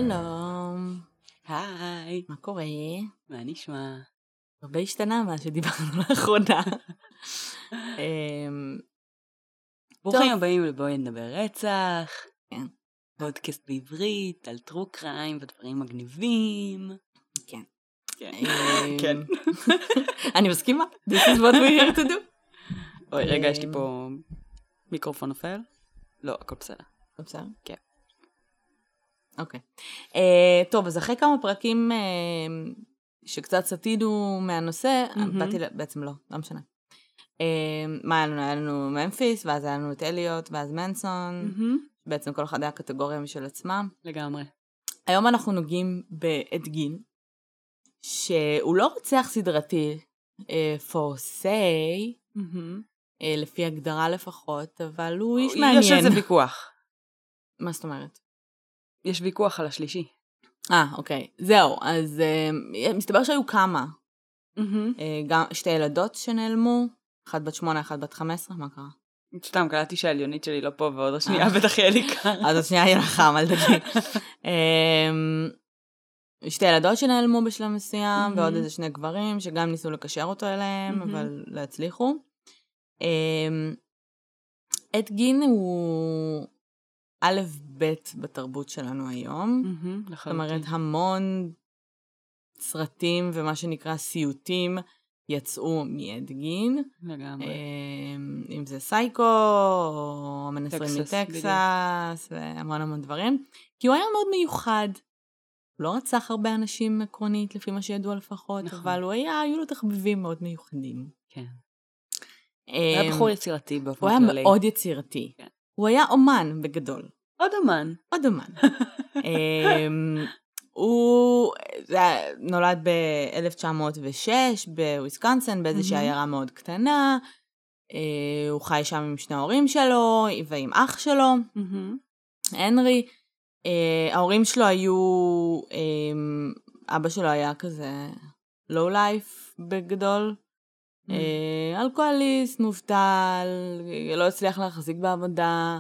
שלום. היי. מה קורה? מה נשמע? הרבה השתנה מה שדיברנו לאחרונה. ברוכים הבאים לבואי נדבר רצח. כן. פודקאסט בעברית על טרו קריים ודברים מגניבים. כן. כן. אני מסכימה. This is what we're here to do. אוי, רגע, יש לי פה מיקרופון נופל? לא, הכל בסדר. בסדר? כן. אוקיי. טוב, אז אחרי כמה פרקים שקצת סטינו מהנושא, באתי בעצם לא משנה. מה היה לנו? היה לנו ממפיס, ואז היה לנו את אליוט, ואז מנסון. בעצם כל אחד היה קטגוריה משל עצמם. לגמרי. היום אנחנו נוגעים באדגין, שהוא לא רוצח סדרתי, for say, לפי הגדרה לפחות, אבל הוא איש מעניין. יש על זה ויכוח. מה זאת אומרת? יש ויכוח על השלישי. אוקיי. זהו, אז מסתבר שהיו כמה. גם שתי ילדות שנעלמו, אחת בת 8, אחת בת 15, מה קרה? סתם, קלטתי שהעליונית שלי לא פה, ועוד השנייה בטח יהיה לי קר. אז השנייה יהיה לך חם, אל תגיד. שתי ילדות שנעלמו בשלב מסוים, ועוד איזה שני גברים שגם ניסו לקשר אותו אליהם, אבל לא הצליחו. אדגין הוא א' ב' בתרבות שלנו היום. זאת אומרת, המון סרטים ומה שנקרא סיוטים יצאו מאדגין. לגמרי. אם זה סייקו, או המנסרים מטקסס, והמון המון דברים. כי הוא היה מאוד מיוחד. הוא לא רצח הרבה אנשים עקרונית, לפי מה שידוע לפחות, אבל היו לו תחביבים מאוד מיוחדים. כן. הוא היה בחור יצירתי באופן כללי. הוא היה מאוד יצירתי. הוא היה אומן בגדול. עוד אומן. עוד אומן. הוא נולד ב-1906 בוויסקונסין, באיזושהי עיירה מאוד קטנה. הוא חי שם עם שני ההורים שלו ועם אח שלו, הנרי. ההורים שלו היו, אבא שלו היה כזה לואו לייף בגדול, אלכוהוליסט, מובטל, לא הצליח להחזיק בעבודה,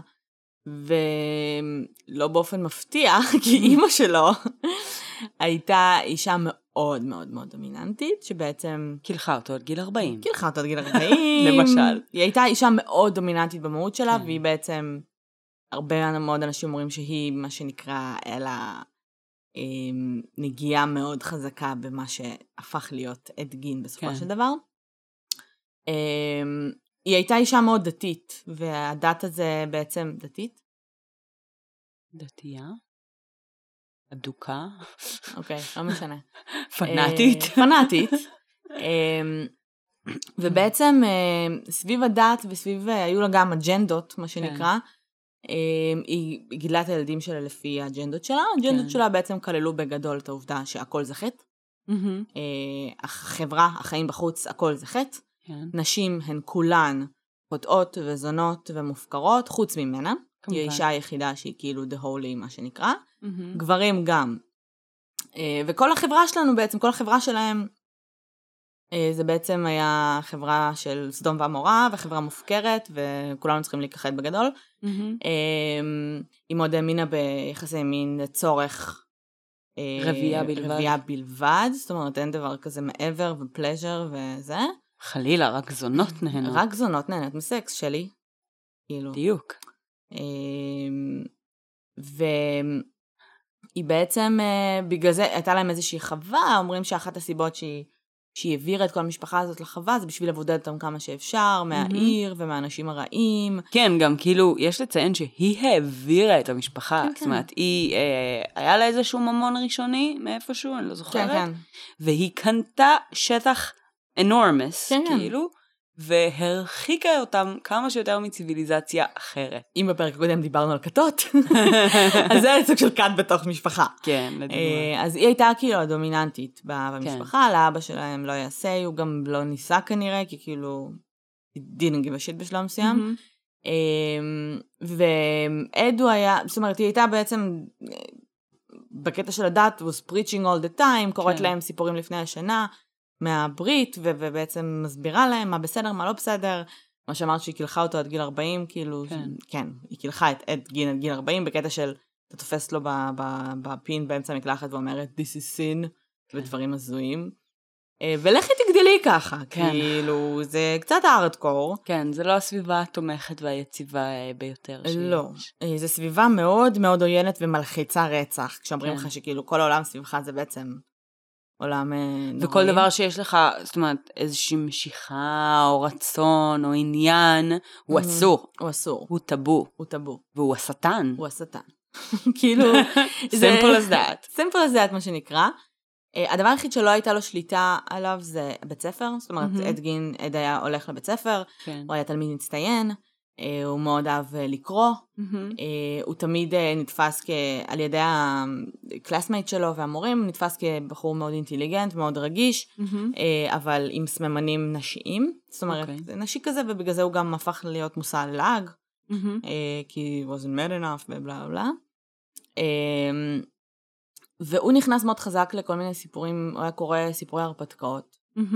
ולא באופן מפתיע, כי אימא שלו הייתה אישה מאוד מאוד מאוד דומיננטית, שבעצם קילחה אותו עד גיל 40. קילחה אותו עד גיל 40. למשל. היא הייתה אישה מאוד דומיננטית במהות שלה, והיא בעצם, הרבה מאוד אנשים אומרים שהיא מה שנקרא, אלא נגיעה מאוד חזקה במה שהפך להיות אדגין בסופו של דבר. היא הייתה אישה מאוד דתית, והדת הזה בעצם דתית? דתייה? אדוקה? אוקיי, לא משנה. פנאטית? פנאטית. ובעצם סביב הדת וסביב, היו לה גם אג'נדות, מה שנקרא, היא גידלה את הילדים שלה לפי האג'נדות שלה. האג'נדות שלה בעצם כללו בגדול את העובדה שהכל זה חטא. החברה, החיים בחוץ, הכל זה חטא. נשים הן כולן חוטאות וזונות ומופקרות, חוץ ממנה. היא האישה היחידה שהיא כאילו the holy, מה שנקרא. גברים גם. וכל החברה שלנו בעצם, כל החברה שלהם, זה בעצם היה חברה של סדום ועמורה, וחברה מופקרת, וכולנו צריכים להיכחד בגדול. היא מאוד האמינה ביחסי מין לצורך רבייה בלבד, זאת אומרת אין דבר כזה מעבר ופלז'ר וזה. חלילה, רק זונות נהנות. רק זונות נהנות מסקס שלי. דיוק. והיא בעצם, בגלל זה הייתה להם איזושהי חווה, אומרים שאחת הסיבות שהיא העבירה את כל המשפחה הזאת לחווה, זה בשביל לבודד אותם כמה שאפשר, מהעיר ומהאנשים הרעים. כן, גם כאילו, יש לציין שהיא העבירה את המשפחה, זאת אומרת, היא, היה לה איזשהו ממון ראשוני, מאיפשהו, אני לא זוכרת, והיא קנתה שטח אנורמס, כאילו, והרחיקה אותם כמה שיותר מציביליזציה אחרת. אם בפרק קודם דיברנו על כתות, אז זה סוג של כת בתוך משפחה. כן, לדוגמה. אז היא הייתה כאילו הדומיננטית במשפחה, לאבא שלהם לא יעשה, הוא גם לא ניסה כנראה, כי כאילו, didn't give a shit בשלב מסוים. ועד הוא היה, זאת אומרת, היא הייתה בעצם, בקטע של הדת, was preaching all the time, קוראת להם סיפורים לפני השנה, מהברית, ובעצם מסבירה להם מה בסדר, מה לא בסדר. מה שאמרת שהיא קילחה אותו עד גיל 40, כאילו, כן, היא קילחה את אדגין עד גיל 40, בקטע של אתה תופס לו בפין באמצע המקלחת ואומרת, this is sin, ודברים הזויים. ולכי תגדלי ככה, כאילו, זה קצת הארדקור. כן, זה לא הסביבה התומכת והיציבה ביותר. לא, זה סביבה מאוד מאוד עוינת ומלחיצה רצח, כשאומרים לך שכאילו כל העולם סביבך זה בעצם עולם נוראי. וכל דבר שיש לך, זאת אומרת, איזושהי משיכה או רצון או עניין, הוא אסור. הוא אסור. הוא טאבו. הוא טאבו. והוא השטן. הוא השטן. כאילו, simple as that. simple as that, מה שנקרא. הדבר היחיד שלא הייתה לו שליטה עליו זה בית ספר, זאת אומרת, עד היה הולך לבית ספר, הוא היה תלמיד מצטיין, הוא מאוד אהב לקרוא, הוא תמיד נתפס על ידי הקלאסמייט שלו והמורים, נתפס כבחור מאוד אינטליגנט, מאוד רגיש, אבל עם סממנים נשיים, זאת אומרת, זה נשי כזה, ובגלל זה הוא גם הפך להיות מושא ללעג, כי he wasn't mad enough ובלה בלה. והוא נכנס מאוד חזק לכל מיני סיפורים, הוא היה קורא סיפורי הרפתקאות,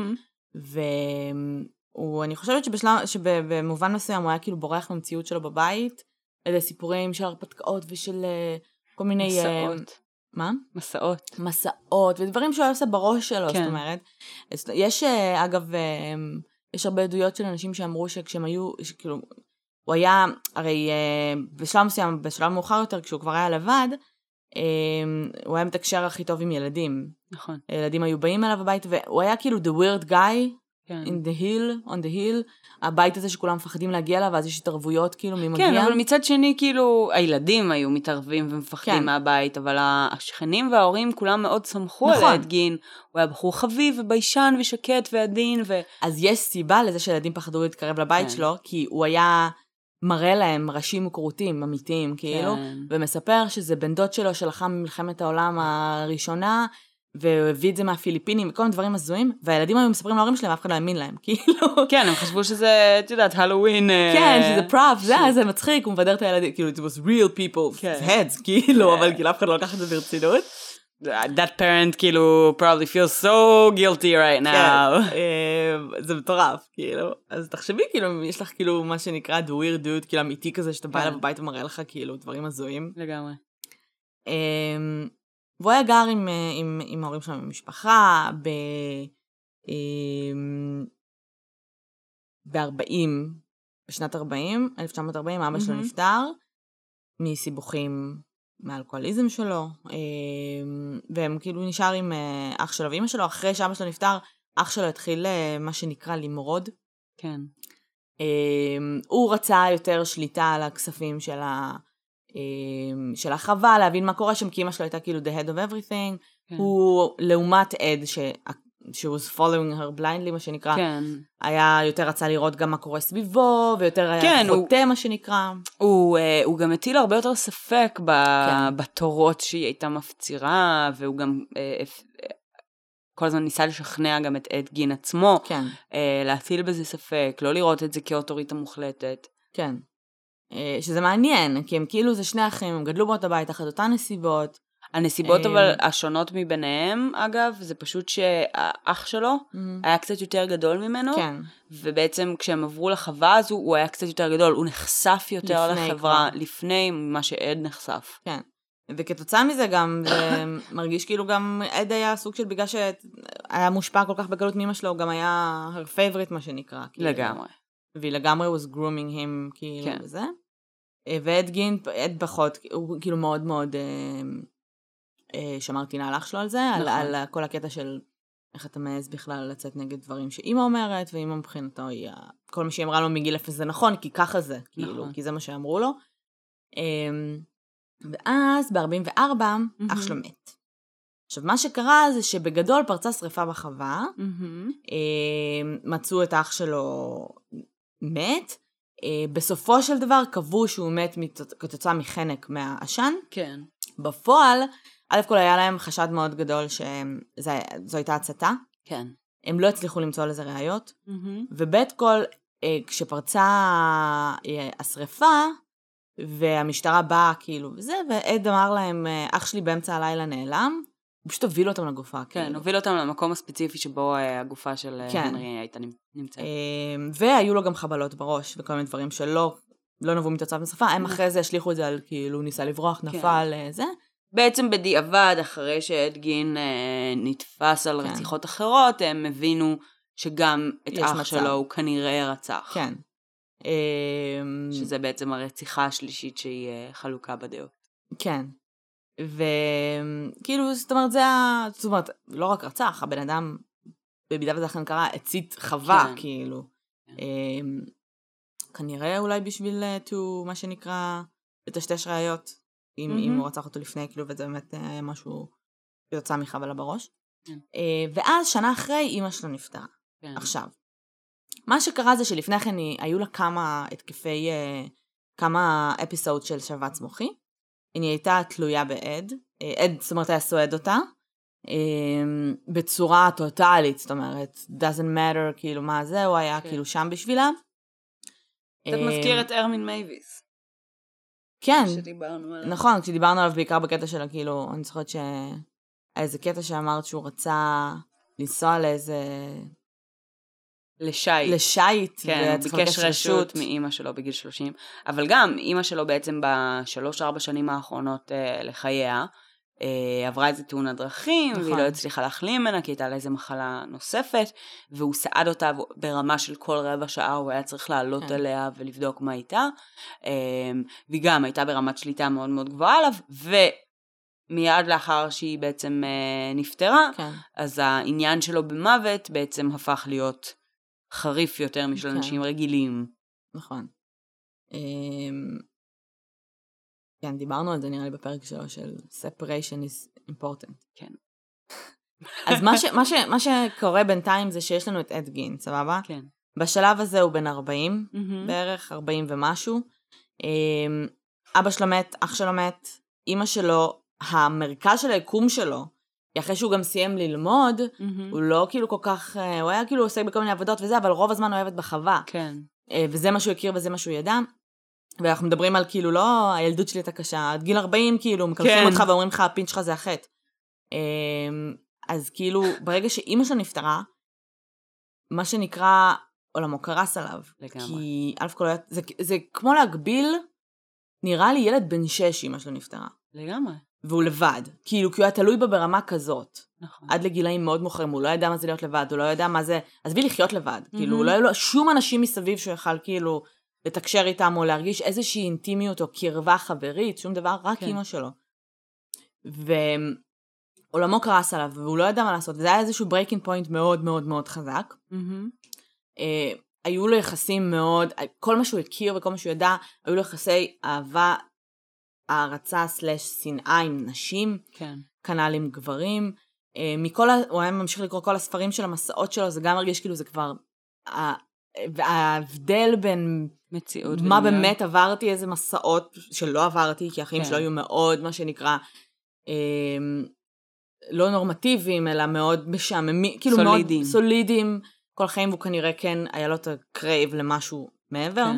ואני חושבת שבמובן מסוים הוא היה כאילו בורח במציאות שלו בבית, אלה סיפורים של הרפתקאות ושל כל מיני... מסעות. מה? מסעות. מסעות, ודברים שהוא היה עושה בראש שלו, זאת אומרת. יש, אגב, יש הרבה עדויות של אנשים שאמרו שכשהם היו, כאילו, הוא היה, הרי בשלב מסוים, בשלב מאוחר יותר, כשהוא כבר היה לבד, הוא היה מתקשר הכי טוב עם ילדים. נכון. ילדים היו באים אליו בבית, והוא היה כאילו the weird guy in the hill, on the hill, הבית הזה שכולם מפחדים להגיע אליו, ואז יש התערבויות כאילו מי מגיע. כן, אבל מצד שני כאילו הילדים היו מתערבים ומפחדים מהבית, אבל השכנים וההורים כולם מאוד סמכו על אדגין, הוא היה בחור חביב וביישן ושקט ועדין. אז יש סיבה לזה שילדים פחדו להתקרב לבית שלו, כי הוא היה... מראה להם ראשים וכרותים אמיתיים, כאילו, ומספר שזה בן דוד שלו שלחם ממלחמת העולם הראשונה, והוא הביא את זה מהפיליפינים, וכל מיני דברים הזויים, והילדים היו מספרים להורים שלהם, אף אחד לא האמין להם, כאילו. כן, הם חשבו שזה, את יודעת, הלואוין. כן, שזה פראפ, זה מצחיק, הוא מבדר את הילדים, כאילו, it was real people's heads, כאילו, אבל כאילו, אף אחד לא לקח את זה ברצינות. That parent כאילו probably feels so guilty right now. זה מטורף, כאילו. אז תחשבי, כאילו, יש לך כאילו מה שנקרא the weird dude, כאילו אמיתי כזה, שאתה בא אליו בבית ומראה לך כאילו דברים הזויים. לגמרי. והוא היה גר עם ההורים שלנו במשפחה, בשנת 1940, אבא שלו נפטר, מסיבוכים מהאלכוהוליזם שלו, והם כאילו נשאר עם אח שלו ואמא שלו, אחרי שאבא שלו נפטר, אח שלו התחיל מה שנקרא למרוד. כן. הוא רצה יותר שליטה על הכספים של החווה, להבין מה קורה שם, כי אמא שלו הייתה כאילו the head of everything, הוא לעומת עד she was following her blindly, מה שנקרא, היה יותר רצה לראות גם מה קורה סביבו, ויותר היה חוטא, מה שנקרא. הוא גם הטיל הרבה יותר ספק בתורות שהיא הייתה מפצירה, והוא גם כל הזמן ניסה לשכנע גם את אדגין עצמו, להטיל בזה ספק, לא לראות את זה כאוטוריטה מוחלטת. כן. שזה מעניין, כי הם כאילו זה שני אחים, הם גדלו באותה בית, אחת אותן נסיבות, הנסיבות אבל השונות מביניהם, אגב, זה פשוט שהאח שלו היה קצת יותר גדול ממנו, ובעצם כשהם עברו לחווה הזו, הוא היה קצת יותר גדול, הוא נחשף יותר לחברה לפני מה שעד נחשף. כן, וכתוצאה מזה גם, זה מרגיש כאילו גם עד היה סוג של, בגלל שהיה מושפע כל כך בגלות מאמא שלו, הוא גם היה her favorite מה שנקרא. לגמרי. והיא לגמרי was grooming him כאילו וזה. ואדגין, עד פחות, הוא כאילו מאוד מאוד... שמרתי נהלך שלו על זה, על כל הקטע של איך אתה מעז בכלל לצאת נגד דברים שאמא אומרת, ואמא מבחינתו היא, כל מה שהיא אמרה לו מגיל אפס זה נכון, כי ככה זה, כאילו, כי זה מה שאמרו לו. ואז ב-44 אח שלו מת. עכשיו מה שקרה זה שבגדול פרצה שריפה בחווה, מצאו את האח שלו מת, בסופו של דבר קבעו שהוא מת כתוצאה מחנק מהעשן. כן. בפועל, א' כל היה להם חשד מאוד גדול שזו הייתה הצתה. כן. הם לא הצליחו למצוא לזה ראיות. וב' כל, כשפרצה השריפה, והמשטרה באה כאילו וזה, ועד אמר להם, אח שלי באמצע הלילה נעלם, הוא פשוט הוביל אותם לגופה. כן, הוביל אותם למקום הספציפי שבו הגופה של הנרי הייתה נמצאת. והיו לו גם חבלות בראש, וכל מיני דברים שלא לא נבעו מתוצאה משרפה, הם אחרי זה השליחו את זה על כאילו ניסה לברוח, נפל, זה. בעצם בדיעבד, אחרי שאדגין נתפס על רציחות אחרות, הם הבינו שגם את אח שלו הוא כנראה רצח. כן. שזה בעצם הרציחה השלישית שהיא חלוקה בדעות. כן. וכאילו, זאת אומרת, לא רק רצח, הבן אדם, במידה וזה אכן קרה, הצית חווה, כאילו. כנראה אולי בשביל מה שנקרא, לטשטש ראיות, אם הוא רצח אותו לפני, כאילו, וזה באמת משהו יוצא מחבלה בראש. ואז שנה אחרי, אמא שלו נפטרה. עכשיו, מה שקרה זה שלפני כן היו לה כמה התקפי, כמה אפיסוד של שבץ מוחי. היא הייתה תלויה בעד, זאת אומרת, היה סועד אותה, בצורה טוטלית, זאת אומרת, doesn't matter, כאילו מה זה, הוא היה כאילו שם בשבילה. קצת מזכיר את ארמין מייביס. כן, שדיברנו עליו. נכון, כשדיברנו עליו בעיקר בקטע שלה, כאילו, אני זוכרת איזה קטע שאמרת שהוא רצה לנסוע לאיזה... לשייט. כן, הוא ביקש רשות מאמא שלו בגיל 30, אבל גם אמא שלו בעצם ב3-4 שנים האחרונות לחייה, עברה איזה תאונת דרכים, והיא לא הצליחה להחלים ממנה, כי הייתה לה איזה מחלה נוספת, והוא סעד אותה ברמה של כל רבע שעה, הוא היה צריך לעלות עליה ולבדוק מה הייתה, והיא גם הייתה ברמת שליטה מאוד מאוד גבוהה עליו, ומיד לאחר שהיא בעצם נפטרה, אז העניין שלו במוות בעצם הפך להיות חריף יותר משל אנשים רגילים. נכון. כן, דיברנו על זה נראה לי בפרק שלו של separation is important. כן. אז מה שקורה בינתיים זה שיש לנו את אדגין, סבבה? כן. בשלב הזה הוא בן 40, בערך 40 ומשהו. אבא שלו מת, אח שלו מת, אמא שלו, המרכז של היקום שלו, אחרי שהוא גם סיים ללמוד, הוא לא כאילו כל כך, הוא היה כאילו עוסק בכל מיני עבודות וזה, אבל רוב הזמן הוא אוהבת בחווה. כן. וזה מה שהוא הכיר וזה מה שהוא ידע. ואנחנו מדברים על כאילו לא, הילדות שלי הייתה קשה, עד גיל 40 כאילו, מקלפים אותך ואומרים לך, הפינץ' שלך זה החטא. אז כאילו, ברגע שאמא שלו נפטרה, מה שנקרא עולמו קרס עליו. לגמרי. כי אלף כל זה כמו להגביל, נראה לי ילד בן 6 אמא שלו נפטרה. לגמרי. והוא לבד. כאילו, כי הוא היה תלוי בה ברמה כזאת. נכון. עד לגילאים מאוד מוכרים, הוא לא ידע מה זה להיות לבד, הוא לא ידע מה זה, אז בי לחיות לבד. כאילו, לא היו לו שום אנשים מסביב שהוא יכל כאילו לתקשר איתם או להרגיש איזושהי אינטימיות או קרבה חברית, שום דבר, רק אמא שלו. ועולמו קרס עליו, והוא לא ידע מה לעשות, וזה היה איזשהו breaking point מאוד מאוד מאוד חזק. היו לו יחסים מאוד, כל מה שהוא הכיר וכל מה שהוא ידע, היו לו יחסי אהבה, הערצה / שנאה עם נשים, כנ"ל עם גברים. הוא היה ממשיך לקרוא כל הספרים של המסעות שלו, זה גם הרגיש כאילו זה כבר, וההבדל בין מציאות מה באמת עברתי, איזה מסעות שלא עברתי, כי החיים שלו היו מאוד, מה שנקרא, לא נורמטיביים, אלא מאוד משעממים, כאילו מאוד סולידיים, כל החיים, והוא כנראה כן היה לו את הקרייב למשהו מעבר.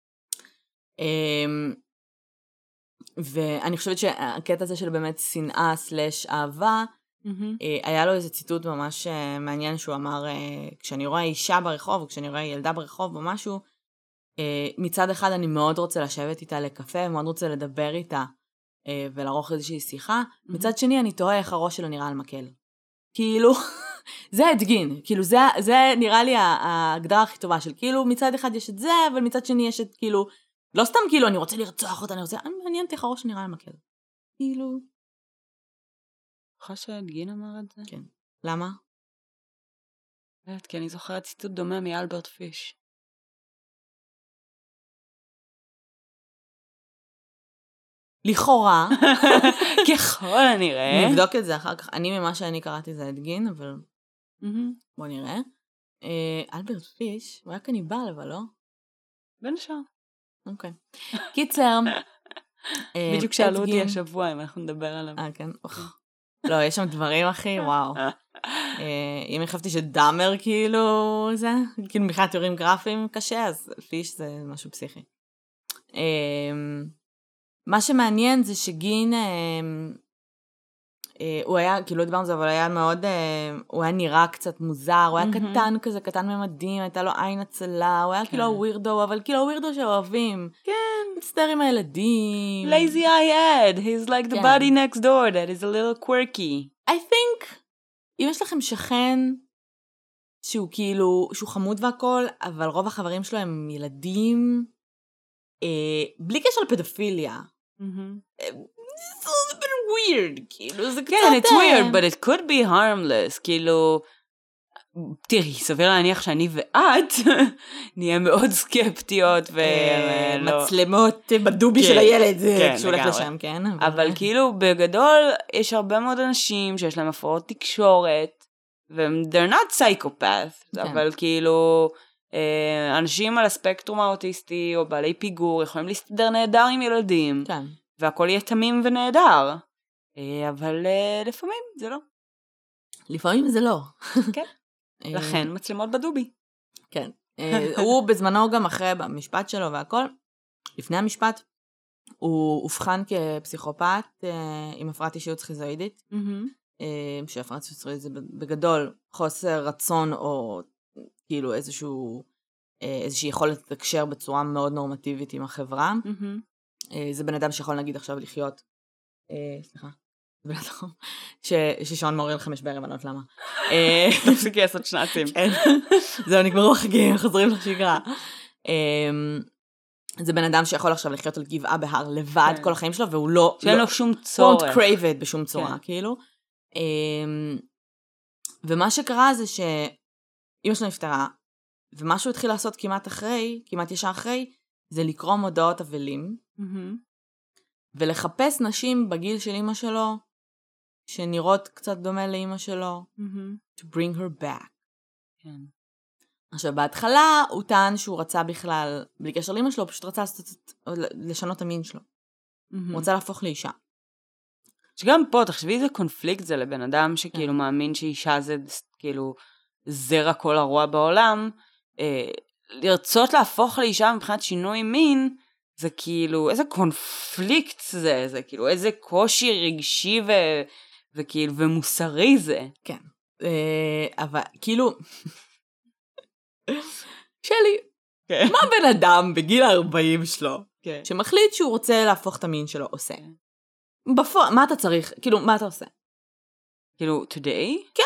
ואני חושבת שהקטע הזה של באמת שנאה / אהבה, היה לו איזה ציטוט ממש מעניין שהוא אמר, כשאני רואה אישה ברחוב, או כשאני רואה ילדה ברחוב או משהו, מצד אחד אני מאוד רוצה לשבת איתה לקפה, מאוד רוצה לדבר איתה, ולערוך איזושהי שיחה, מצד שני אני תוהה איך הראש שלו נראה על מקל. כאילו, זה אדגין, כאילו זה נראה לי ההגדרה הכי טובה של כאילו מצד אחד יש את זה, אבל מצד שני יש את כאילו, לא סתם כאילו אני רוצה לרצוח אותה, אני מעניין איך הראש נראה על מקל. כאילו... חושב שאדגין אמר את זה? כן. למה? כי אני זוכרת ציטוט דומה מאלברט פיש. לכאורה. ככל הנראה. נבדוק את זה אחר כך. אני ממה שאני קראתי זה אדגין, אבל בוא נראה. אלברט פיש, הוא היה קניבל, אבל לא? בין השאר. אוקיי. קיצר. בדיוק שאלו אותי השבוע אם אנחנו נדבר עליו. כן. לא, יש שם דברים אחי, וואו. אם חשבתי שדאמר כאילו זה, כאילו מבחינת תיאורים גרפיים קשה, אז פיש זה משהו פסיכי. מה שמעניין זה שגין הוא היה, כאילו לא דיברנו על זה, אבל היה מאוד, הוא היה נראה קצת מוזר, הוא היה קטן כזה, קטן ממדים, הייתה לו עין הצלה, הוא היה כאילו ווירדו, אבל כאילו ווירדו שאוהבים. כן. מצטער עם הילדים. Lazy eye head, he's like the body next door that is a little quirky. I think, אם יש לכם שכן, שהוא כאילו, שהוא חמוד והכל, אבל רוב החברים שלו הם ילדים, בלי קשר לפדופיליה. It's a little bit weird, כאילו, זה קצת... כן, it's weird, but it could be harmless, כאילו... תראי, סביר להניח שאני ואת נהיה מאוד סקפטיות מצלמות בדובי של הילד, כשהוא הולך לשם, כן? אבל כאילו, בגדול, יש הרבה מאוד אנשים שיש להם הפרעות תקשורת, they're not psychopaths, אבל כאילו, אנשים על הספקטרום האוטיסטי או בעלי פיגור יכולים להסתדר נהדר עם ילדים, והכל יהיה תמים ונהדר, אבל לפעמים זה לא. לפעמים זה לא. כן. לכן מצלמות בדובי. כן. הוא בזמנו גם אחרי במשפט שלו והכל, לפני המשפט, הוא הובחן כפסיכופת עם הפרעת אישיות סכיזואידית, שהפרעת אישיות סכיזואידית זה בגדול חוסר רצון או כאילו איזושהי יכולת לתקשר בצורה מאוד נורמטיבית עם החברה. זה בן אדם שיכול נגיד עכשיו לחיות, סליחה, זה בן אדם ששעון מעורר 5 בערב, אני לא יודעת למה. תפסיקי לעשות שנצים. זהו, נגמרו החגים, חוזרים לשגרה. זה בן אדם שיכול עכשיו לחיות על גבעה בהר לבד כל החיים שלו, והוא לא... שאין לו שום צורך. won't crave it בשום צורה, כאילו. ומה שקרה זה שאמא שלו נפטרה, ומה שהוא התחיל לעשות כמעט ישר אחרי, זה לקרוא מודעות אבלים, ולחפש נשים בגיל של אמא שלו, שנראות קצת דומה לאמא שלו, to bring her back. כן. עכשיו, בהתחלה הוא טען שהוא רצה בכלל, בלי קשר לאמא שלו, הוא פשוט רצה לשנות את המין שלו. הוא רצה להפוך לאישה. שגם פה, תחשבי איזה קונפליקט זה לבן אדם שכאילו מאמין שאישה זה כאילו זרע כל הרוע בעולם, לרצות להפוך לאישה מבחינת שינוי מין, זה כאילו, איזה קונפליקט זה כאילו, איזה קושי רגשי וכאילו, ומוסרי זה. כן. אבל כאילו, שלי, מה בן אדם בגיל 40 שלו, שמחליט שהוא רוצה להפוך את המין שלו, עושה? בפועל, מה אתה צריך? כאילו, מה אתה עושה? כאילו, today? כן.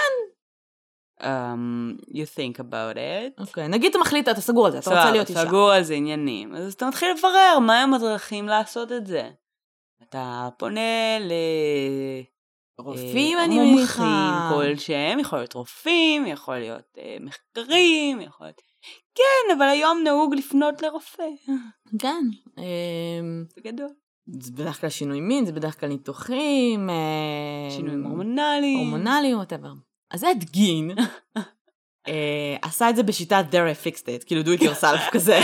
You think about it. אוקיי, נגיד אתה מחליט, אתה סגור על זה, אתה רוצה להיות אישה. סגור על זה עניינים, אז אתה מתחיל לברר מה הם הדרכים לעשות את זה. אתה פונה רופאים, אני מומחים כלשהם, יכול להיות רופאים, יכול להיות מחקרים, יכול להיות... כן, אבל היום נהוג לפנות לרופא. כן. זה גדול. זה בדרך כלל שינוי מין, זה בדרך כלל ניתוחים. שינויים הורמונליים. whatever. אז אד גין עשה את זה בשיטת there I fixed it, כאילו do it yourself כזה.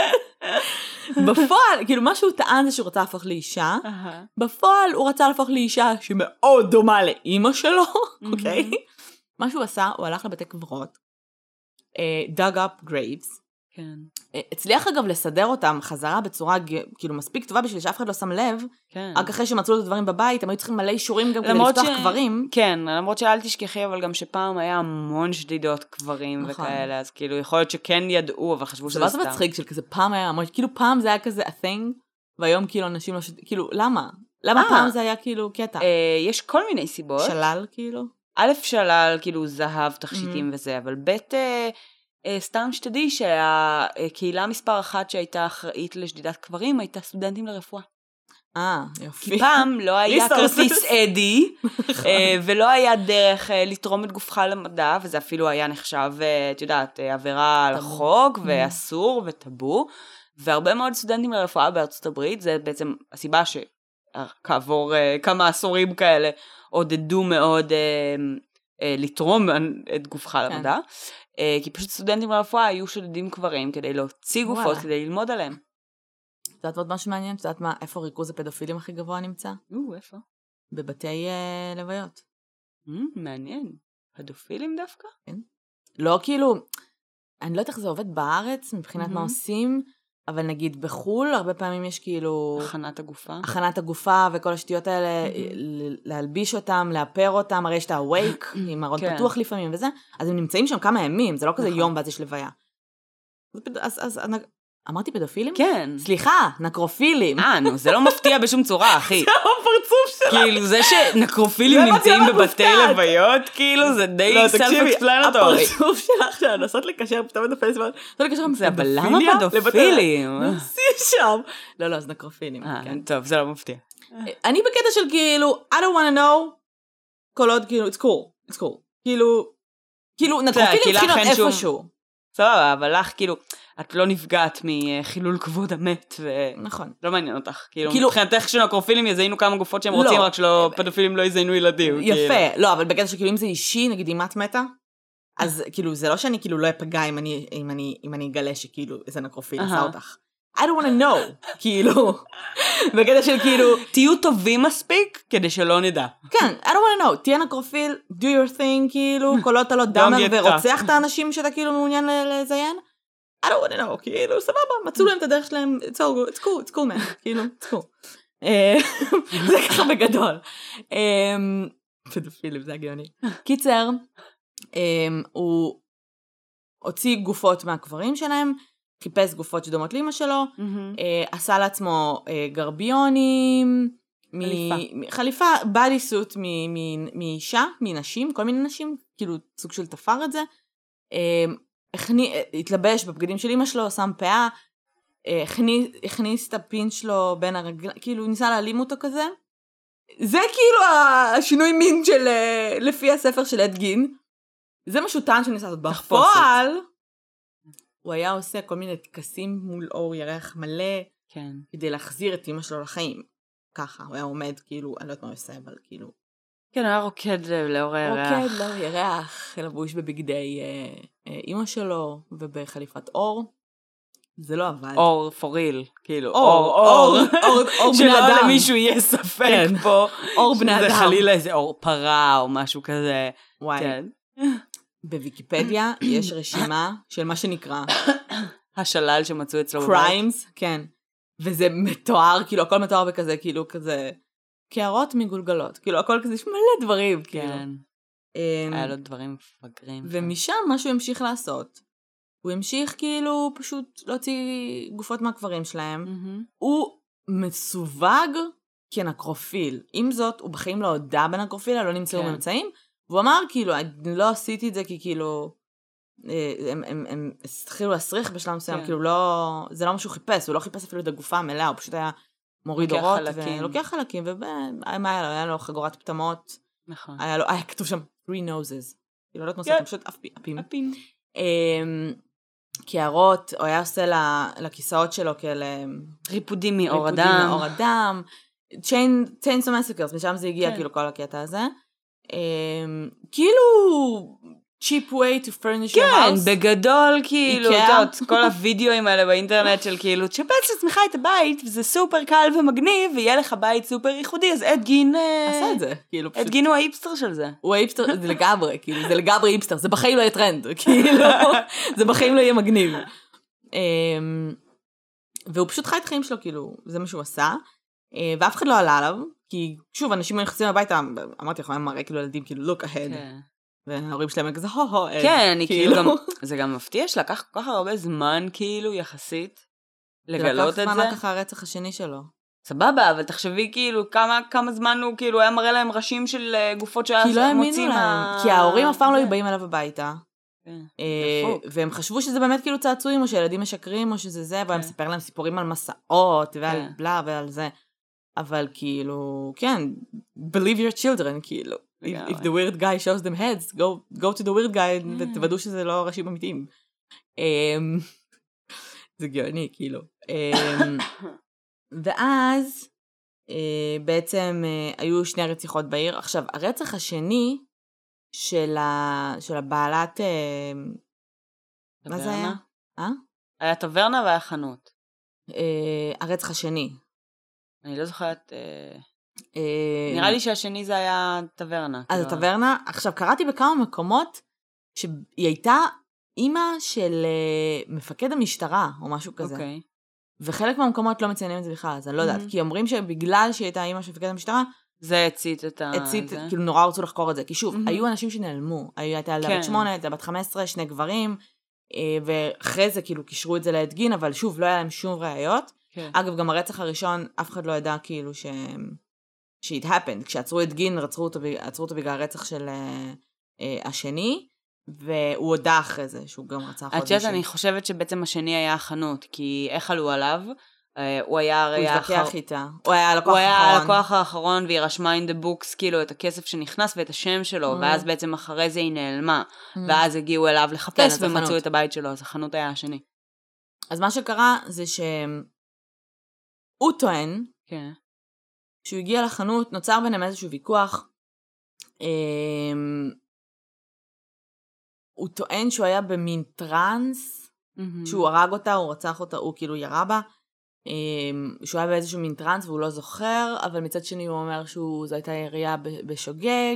בפועל, כאילו מה שהוא טען זה שהוא רצה להפוך לאישה, בפועל הוא רצה להפוך לאישה שמאוד דומה לאמא שלו, אוקיי? מה שהוא עשה, הוא הלך לבתי קברות, dug up graves, הצליח אגב לסדר אותם חזרה בצורה כאילו מספיק טובה בשביל שאף אחד לא שם לב, רק אחרי שמצאו את הדברים בבית, הם היו צריכים מלא אישורים גם כדי לפתוח קברים. כן, למרות שאל תשכחי, אבל גם שפעם היה המון שדידות קברים וכאלה, אז כאילו יכול להיות שכן ידעו, אבל חשבו שזה סתם. זה מצחיק של כזה פעם היה, כאילו פעם זה היה כזה a thing, והיום כאילו אנשים לא כאילו למה? למה פעם זה היה כאילו קטע? יש כל מיני סיבות. שלל כאילו? א' שלל כאילו זהב, תכשיטים וזה, אבל ב' סתם שתדעי שהקהילה מספר אחת שהייתה אחראית לשדידת קברים הייתה סטודנטים לרפואה. יופי. כי פעם לא היה כרטיס אדי, ולא היה דרך לתרום את גופך למדע, וזה אפילו היה נחשב, את יודעת, עבירה על החוק, ואסור וטאבו, והרבה מאוד סטודנטים לרפואה בארצות הברית, זה בעצם הסיבה שכעבור כמה עשורים כאלה, עודדו מאוד לתרום את גופך למדע, כי פשוט סטודנטים לרפואה היו שודדים קברים כדי להוציא גופות, כדי ללמוד עליהם. את יודעת עוד משהו מעניין? את יודעת מה, איפה ריכוז הפדופילים הכי גבוה נמצא? איפה? בבתי לוויות. מעניין. פדופילים דווקא? כן. לא כאילו, אני לא יודעת איך זה עובד בארץ, מבחינת מה עושים, אבל נגיד בחול, הרבה פעמים יש כאילו... הכנת הגופה וכל השטויות האלה, להלביש אותם, לאפר אותם, הרי יש את הווייק, עם ארון פתוח לפעמים וזה, אז הם נמצאים שם כמה ימים, זה לא כזה יום ואז יש לוויה. אז אמרתי פדופילים? כן. סליחה, נקרופילים. נו, זה לא מפתיע בשום צורה, אחי. זה הפרצוף שלך. כאילו, זה שנקרופילים נמצאים בבתי לוויות, כאילו, זה די self-explanatory. הפרצוף שלך לנסות לקשר, פתאום את הפייסבוק, אבל למה פדופילים? נוסי שם. לא, אז נקרופילים. טוב, זה לא מפתיע. אני בקטע של כאילו, I don't want to know, כל עוד כאילו, it's cool. כאילו, נקרופילים צריכים להיות איפשהו. סבבה, אבל לך כאילו, את לא נפגעת מחילול כבוד המת, נכון. לא מעניין אותך. כאילו, מבחינתך שנקרופילים יזיינו כמה גופות שהם רוצים, רק שלא פדופילים לא יזיינו ילדים. יפה, לא, אבל בקטע שכאילו אם זה אישי, נגיד אם את מתה, אז כאילו זה לא שאני כאילו לא אפגע אם אני אגלה שכאילו איזה נקרופיל עשה אותך. I don't want to know, כאילו, בקטע של כאילו... תהיו טובים מספיק כדי שלא נדע. כן, I don't want to know, תהיה נקרופיל, do your thing, כאילו, כל עוד אתה לא דאמר ורוצח את האנשים שאתה כאילו מעוניין לזיין, I don't want to know, כאילו, סבבה, מצאו להם את הדרך שלהם, it's cool man, כאילו, it's cool. זה ככה בגדול. פדופילים, זה הגיוני. קיצר, הוא הוציא גופות מהקברים שלהם, חיפש גופות שדומות לאמא שלו, עשה לעצמו גרביונים, חליפה, בדי סוט מאישה, מנשים, כל מיני נשים, כאילו סוג של תפר את זה, התלבש בבגדים של אמא שלו, שם פאה, הכניס את הפין שלו בין הרגליים, כאילו ניסה להעלים אותו כזה, זה כאילו השינוי מין של, לפי הספר של אד גין, זה משהו טען שניסה לעשות בפועל, הוא היה עושה כל מיני תקסים מול אור ירח מלא, כן. כדי להחזיר את אמא שלו לחיים. ככה, הוא היה עומד כאילו, אני לא יודעת מה הוא עושה, אבל כאילו... כן, הוא היה רוקד לאור הירח. רוקד לאור ירח, לבוש בבגדי אמא שלו, ובחליפת אור. זה לא עבד. אור for real, כאילו, אור בני אדם. שלא למישהו יהיה ספק פה. אור בני אדם. זה חלילה איזה אור פרה או משהו כזה. וואי. כן. בוויקיפדיה יש רשימה של מה שנקרא השלל שמצאו אצלו בבית. crimes, כן. וזה מתואר, כאילו הכל מתואר בכזה, כאילו כזה קערות מגולגלות, כאילו הכל כזה, יש מלא דברים, כאילו. כן. היה לו דברים מפגרים. ומשם מה שהוא המשיך לעשות, הוא המשיך כאילו פשוט להוציא גופות מהקברים שלהם, הוא מסווג כנקרופיל. עם זאת, הוא בחיים לא הודע בנקרופיל, לא נמצאו ממצאים, והוא אמר, כאילו, אני לא עשיתי את זה כי כאילו, הם התחילו להסריך בשלב מסוים, כאילו לא, זה לא משהו חיפש, הוא לא חיפש אפילו את הגופה המלאה, הוא פשוט היה מוריד אורות, ולוקח חלקים, היה לו חגורת פטמות, היה כתוב שם 3 noses, כאילו לא תנוסות, פשוט אפים. קערות, הוא היה עושה לכיסאות שלו כאלה, ריפודים מאור אדם, Chainsaw Massacres, משם זה הגיע כאילו כל הקטע הזה, כאילו cheap way to furnish your house. כן, בגדול כאילו, כל הווידאוים האלה באינטרנט של כאילו, תשפץ לעצמך את הבית, וזה סופר קל ומגניב, ויהיה לך בית סופר ייחודי, אז אד גין עשה את זה, כאילו אד גין הוא האיפסטר של זה. הוא האיפסטר, זה לגמרי, כאילו, זה לגמרי איפסטר, זה בחיים לא יהיה טרנד, כאילו, זה בחיים לא יהיה מגניב. והוא פשוט חי את החיים שלו, כאילו, זה מה שהוא עשה, ואף אחד לא עלה עליו, כי שוב, אנשים נכנסים הביתה, אמרתי לכם, מראה כאילו ילדים, כאילו, look ahead. וההורים שלהם כזה, כן, אני כאילו גם, זה גם מפתיע שלקח כל כך הרבה זמן, כאילו, יחסית, לגלות את זה. לקח זמן רק אחרי הרצח השני שלו. סבבה, אבל תחשבי, כאילו, כמה זמן הוא, כאילו, היה מראה להם ראשים של גופות שהיה מוצאים. כי לא האמינו להם, כי ההורים אף פעם לא היו באים אליו הביתה. והם חשבו שזה באמת כאילו צעצועים, או שילדים משקרים, או שזה זה, והם מספר להם סיפורים על מסעות, ועל בלה ועל זה. אבל כאילו, כן, believe your children, כאילו. If the weird guy shows them heads, go to the weird guy, ותוודאו שזה לא ראשים אמיתיים. זה גאוני, כאילו. ואז, בעצם, היו 2 רציחות בעיר. עכשיו, הרצח השני, של הבעלת, מה זה היה? היה טברנה והיה חנות. הרצח השני. אני לא זוכרת, נראה לי שהשני זה היה טברנה. אז הטברנה, עכשיו קראתי בכמה מקומות, שהיא הייתה אימא של מפקד המשטרה, או משהו כזה. וחלק מהמקומות לא מציינים את זה בכלל, אז אני לא יודעת, כי אומרים שבגלל שהיא הייתה אימא של מפקד המשטרה, זה הצית את ה... כאילו נורא רצו לחקור את זה, כי שוב, היו אנשים שנעלמו, הייתה ילדה בת 8, ילדה בת 15, 2 גברים, ואחרי זה כאילו קישרו את זה לעד גין, אבל שוב, לא היה להם שום ראיות. אגב, גם הרצח הראשון, אף אחד לא ידע כאילו ש-it happened, כשעצרו את גין, עצרו אותו בגלל הרצח של השני, והוא הודע אחרי זה, שהוא גם רצח עוד מישהו. אני חושבת שבעצם השני היה החנות, כי איך עלו עליו? הוא היה הרי התווכח איתה. הוא היה הלקוח האחרון. הוא היה הלקוח האחרון, והיא רשמה in the books, כאילו, את הכסף שנכנס ואת השם שלו, ואז בעצם אחרי זה היא נעלמה, ואז הגיעו אליו לחפש ומצאו את הבית שלו, אז החנות היה השני. אז מה שקרה זה שהוא טוען, שהוא הגיע לחנות, נוצר ביניהם איזשהו ויכוח, הוא טוען שהוא היה במין טרנס, שהוא הרג אותה, הוא רצח אותה, הוא כאילו ירה בה, שהוא היה באיזשהו מין טרנס והוא לא זוכר, אבל מצד שני הוא אומר שזו הייתה ירייה בשוגג.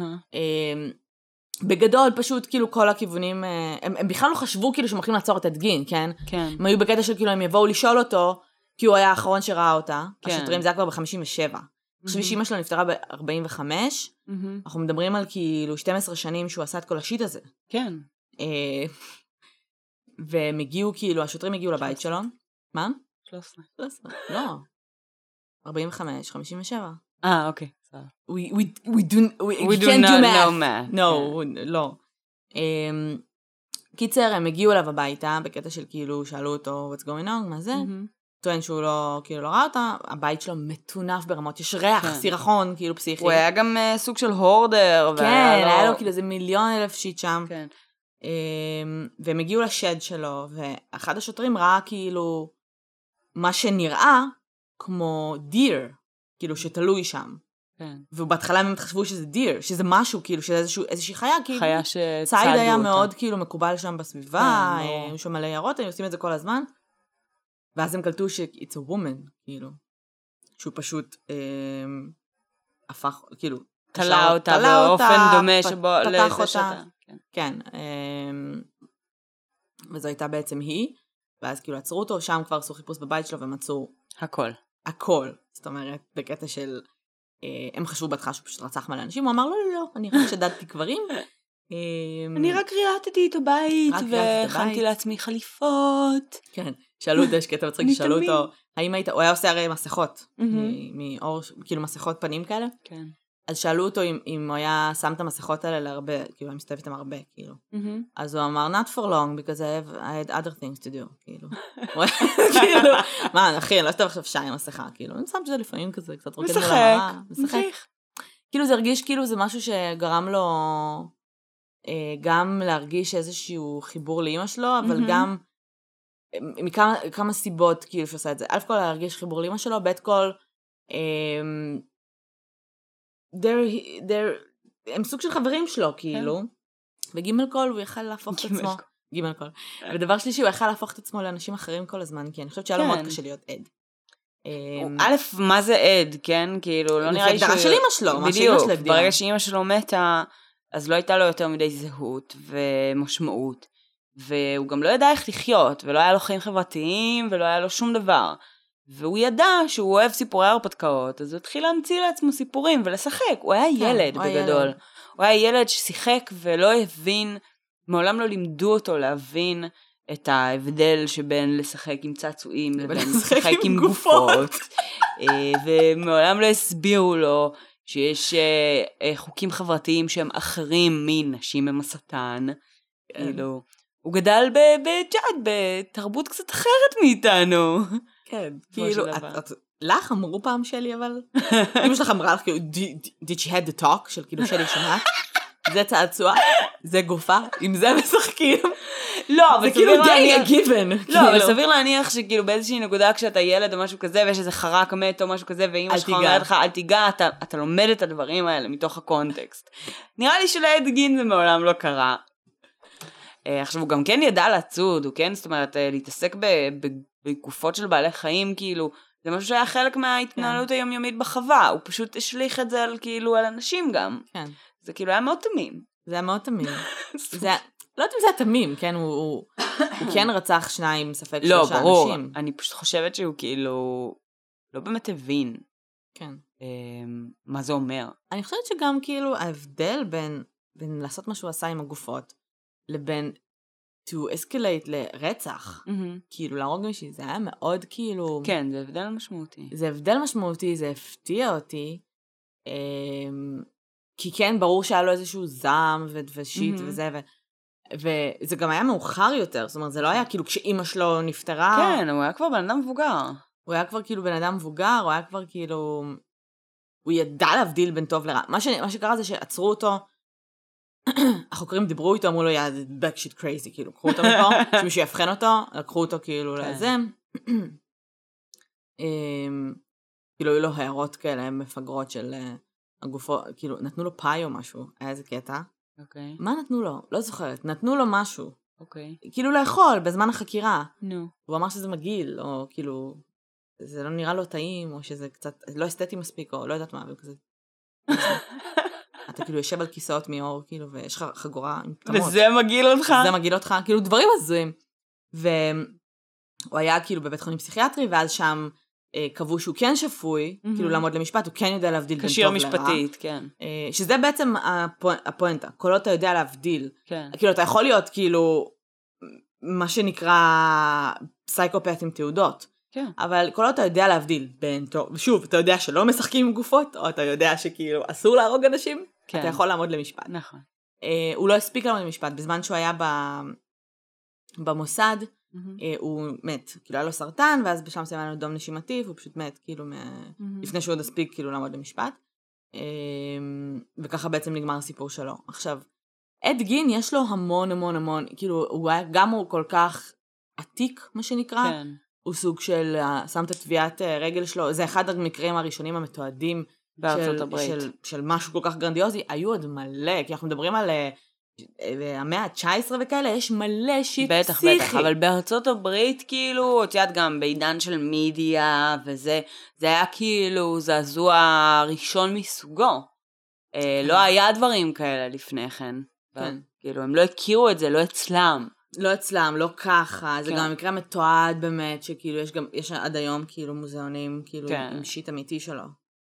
בגדול פשוט כאילו כל הכיוונים, הם בכלל לא חשבו כאילו שהם הולכים לעצור את הדגין, כן? הם היו בקטע של כאילו הם יבואו לשאול אותו, כי הוא היה האחרון שראה אותה, השוטרים זה היה כבר ב-57. עכשיו שאמא שלו נפטרה ב-45, אנחנו מדברים על כאילו 12 שנים שהוא עשה את כל השיט הזה. כן. והם הגיעו כאילו, השוטרים הגיעו לבית שלו. מה? 13. לא. 45, 57. אוקיי. We do not know math. No, לא. קיצר, הם הגיעו אליו הביתה, בקטע של כאילו, שאלו אותו, what's going on, מה זה? טוען שהוא לא, כאילו לא ראה אותה, הבית שלו מטונף ברמות, יש ריח, סירחון, כאילו פסיכי. הוא היה גם סוג של הורדר. כן, היה לו כאילו איזה 1,000,000 שיט שם. כן. והם הגיעו לשד שלו, ואחד השוטרים ראה כאילו, מה שנראה כמו דיר, כאילו שתלוי שם. כן. ובהתחלה הם חשבו שזה דיר, שזה משהו, כאילו, שזה איזושהי חיה, כאילו. חיה שצעדו אותה. צייד היה מאוד כאילו מקובל שם בסביבה, היו שם מלא יערות, הם עושים את זה כל הזמן. ואז הם קלטו ש-it's a woman, כאילו. שהוא פשוט הפך, כאילו, תלה אותה באופן דומה שבו פתח אותה. כן. וזו הייתה בעצם היא, ואז כאילו עצרו אותו, שם כבר עשו חיפוש בבית שלו ומצאו הכל. זאת אומרת, בקטע של, הם חשבו בהתחלה שהוא פשוט רצח מלא אנשים, הוא אמר, לא, אני רק שדדתי קברים. אני רק ריאטתי את הבית, והכנתי לעצמי חליפות. כן, שאלו אותו, יש קטע מצחיק, שאלו אותו, האם היית, הוא היה עושה הרי מסכות, מאור, כאילו מסכות פנים כאלה. כן. אז שאלו אותו אם הוא היה שם את המסכות האלה להרבה, כאילו, הוא מסתובב איתם הרבה, כאילו. אז הוא אמר, not for long, because I had other things to do, כאילו. כאילו, מה, אחי, אני לא אסתובב עכשיו שעה עם מסכה, כאילו, אני שמת שזה לפעמים כזה, קצת רוקד מול המראה. משחק. כאילו, זה הרגיש, כאילו, זה משהו שגרם לו, גם להרגיש איזשהו חיבור לאמא שלו, אבל גם, מכמה סיבות, כאילו, שעושה את זה. אלף כל להרגיש חיבור לאמא שלו, בית כל, הם סוג של חברים שלו, כאילו, וגימל קול הוא יכל להפוך את עצמו, גימל קול, ודבר שלישי הוא יכל להפוך את עצמו לאנשים אחרים כל הזמן, כי אני חושבת שהיה לו מאוד קשה להיות עד. א', מה זה עד, כן? כאילו, לא נראה לי שהוא... של אמא שלו, מה שאמא שלו הגדירה. ברגע שאמא שלו מתה, אז לא הייתה לו יותר מדי זהות ומשמעות, והוא גם לא ידע איך לחיות, ולא היה לו חיים חברתיים, ולא היה לו שום דבר. והוא ידע שהוא אוהב סיפורי הרפתקאות, אז הוא התחיל להמציא לעצמו סיפורים ולשחק. הוא היה ילד בגדול. הוא היה ילד ששיחק ולא הבין, מעולם לא לימדו אותו להבין את ההבדל שבין לשחק עם צעצועים לבין לשחק עם גופות. ומעולם לא הסבירו לו שיש חוקים חברתיים שהם אחרים מנשים עם השטן. כאילו, הוא גדל בג'אד, בתרבות קצת אחרת מאיתנו. כן, כאילו, לך אמרו פעם שלי, אבל, אמא שלך אמרה לך, כאילו, did she had the talk, של כאילו שלי שמעת, זה צעצוע, זה גופה, עם זה משחקים, לא, אבל זה כאילו די הגיוון, לא, אבל סביר להניח שכאילו באיזושהי נקודה כשאתה ילד או משהו כזה, ויש איזה חרק מת או משהו כזה, ואמא שלך אומרת לך, אל תיגע, אתה לומד את הדברים האלה מתוך הקונטקסט. נראה לי שלעד גין זה מעולם לא קרה. עכשיו, הוא גם כן ידע לצוד, הוא כן, זאת אומרת, להתעסק בגופות של בעלי חיים, כאילו, זה משהו שהיה חלק מההתנהלות היומיומית בחווה, הוא פשוט השליך את זה על, כאילו, על אנשים גם. כן. זה כאילו היה מאוד תמים. זה היה מאוד תמים. זה, לא יודעת אם זה התמים, כן? הוא כן רצח 2, ספק 3 אנשים. לא, ברור. אני פשוט חושבת שהוא כאילו לא באמת הבין. כן. מה זה אומר. אני חושבת שגם כאילו ההבדל בין לעשות מה שהוא עשה עם הגופות, לבין to escalate לרצח, כאילו להרוג מישהי, זה היה מאוד כאילו... כן, זה הבדל משמעותי. זה הבדל משמעותי, זה הפתיע אותי, כי כן, ברור שהיה לו איזשהו זעם ושיט וזה, וזה גם היה מאוחר יותר, זאת אומרת, זה לא היה כאילו כשאימא שלו נפטרה. כן, הוא היה כבר בן אדם מבוגר. הוא היה כבר כאילו בן אדם מבוגר, הוא היה כבר כאילו... הוא ידע להבדיל בין טוב לרע. מה שקרה זה שעצרו אותו, החוקרים דיברו איתו, אמרו לו, yeah, back shit crazy, כאילו, קחו אותו מפה, שמישהו יבחן אותו, לקחו אותו כאילו לזה. כאילו, היו לו הערות כאלה, מפגרות של הגופו, כאילו, נתנו לו פאי או משהו, היה איזה קטע. אוקיי. מה נתנו לו? לא זוכרת, נתנו לו משהו. אוקיי. כאילו לאכול, בזמן החקירה. נו. הוא אמר שזה מגעיל, או כאילו, זה לא נראה לו טעים, או שזה קצת, לא אסתטי מספיק, או לא יודעת מה, וכזה. אתה כאילו יושב על כיסאות מאור, כאילו, ויש לך חגורה עם פטמות. וזה מגעיל אותך? זה מגעיל אותך, כאילו דברים הזויים. והוא היה כאילו בבית חולים פסיכיאטרי, ואז שם קבעו שהוא כן שפוי, כאילו לעמוד למשפט, הוא כן יודע להבדיל בין טוב לרע. כשיר משפטית, כן. שזה בעצם הפואנטה, כל עוד אתה יודע להבדיל. כן. כאילו, אתה יכול להיות כאילו, מה שנקרא פסייקופת עם תעודות. כן. אבל כל עוד אתה יודע להבדיל בין טוב, ושוב, אתה יודע שלא משחקים עם גופות, או אתה יודע שכאילו אסור להרוג אנשים, כן. אתה יכול לעמוד למשפט. נכון. הוא לא הספיק לעמוד למשפט, בזמן שהוא היה במוסד, הוא מת, כאילו היה לו סרטן, ואז בשלב מסוים היה לו דום נשימתי, והוא פשוט מת, כאילו, לפני שהוא עוד הספיק, כאילו, לעמוד למשפט. וככה בעצם נגמר הסיפור שלו. עכשיו, אד גין יש לו המון המון המון, כאילו, גם הוא כל כך עתיק, מה שנקרא, כן. הוא סוג של, שם את התביעת רגל שלו, זה אחד המקרים הראשונים המתועדים, בארצות הברית. של משהו כל כך גרנדיוזי, היו עוד מלא, כי אנחנו מדברים על המאה ה-19 וכאלה, יש מלא שיט פסיכי. בטח, אבל בארצות הברית, כאילו, את יודעת גם בעידן של מידיה וזה, זה היה כאילו זעזוע ראשון מסוגו. לא היה דברים כאלה לפני כן. כאילו, הם לא הכירו את זה, לא אצלם. לא אצלם, לא ככה, זה גם מקרה מתועד באמת, שכאילו יש עד היום כאילו מוזיאונים, כאילו עם שיט אמיתי שלו.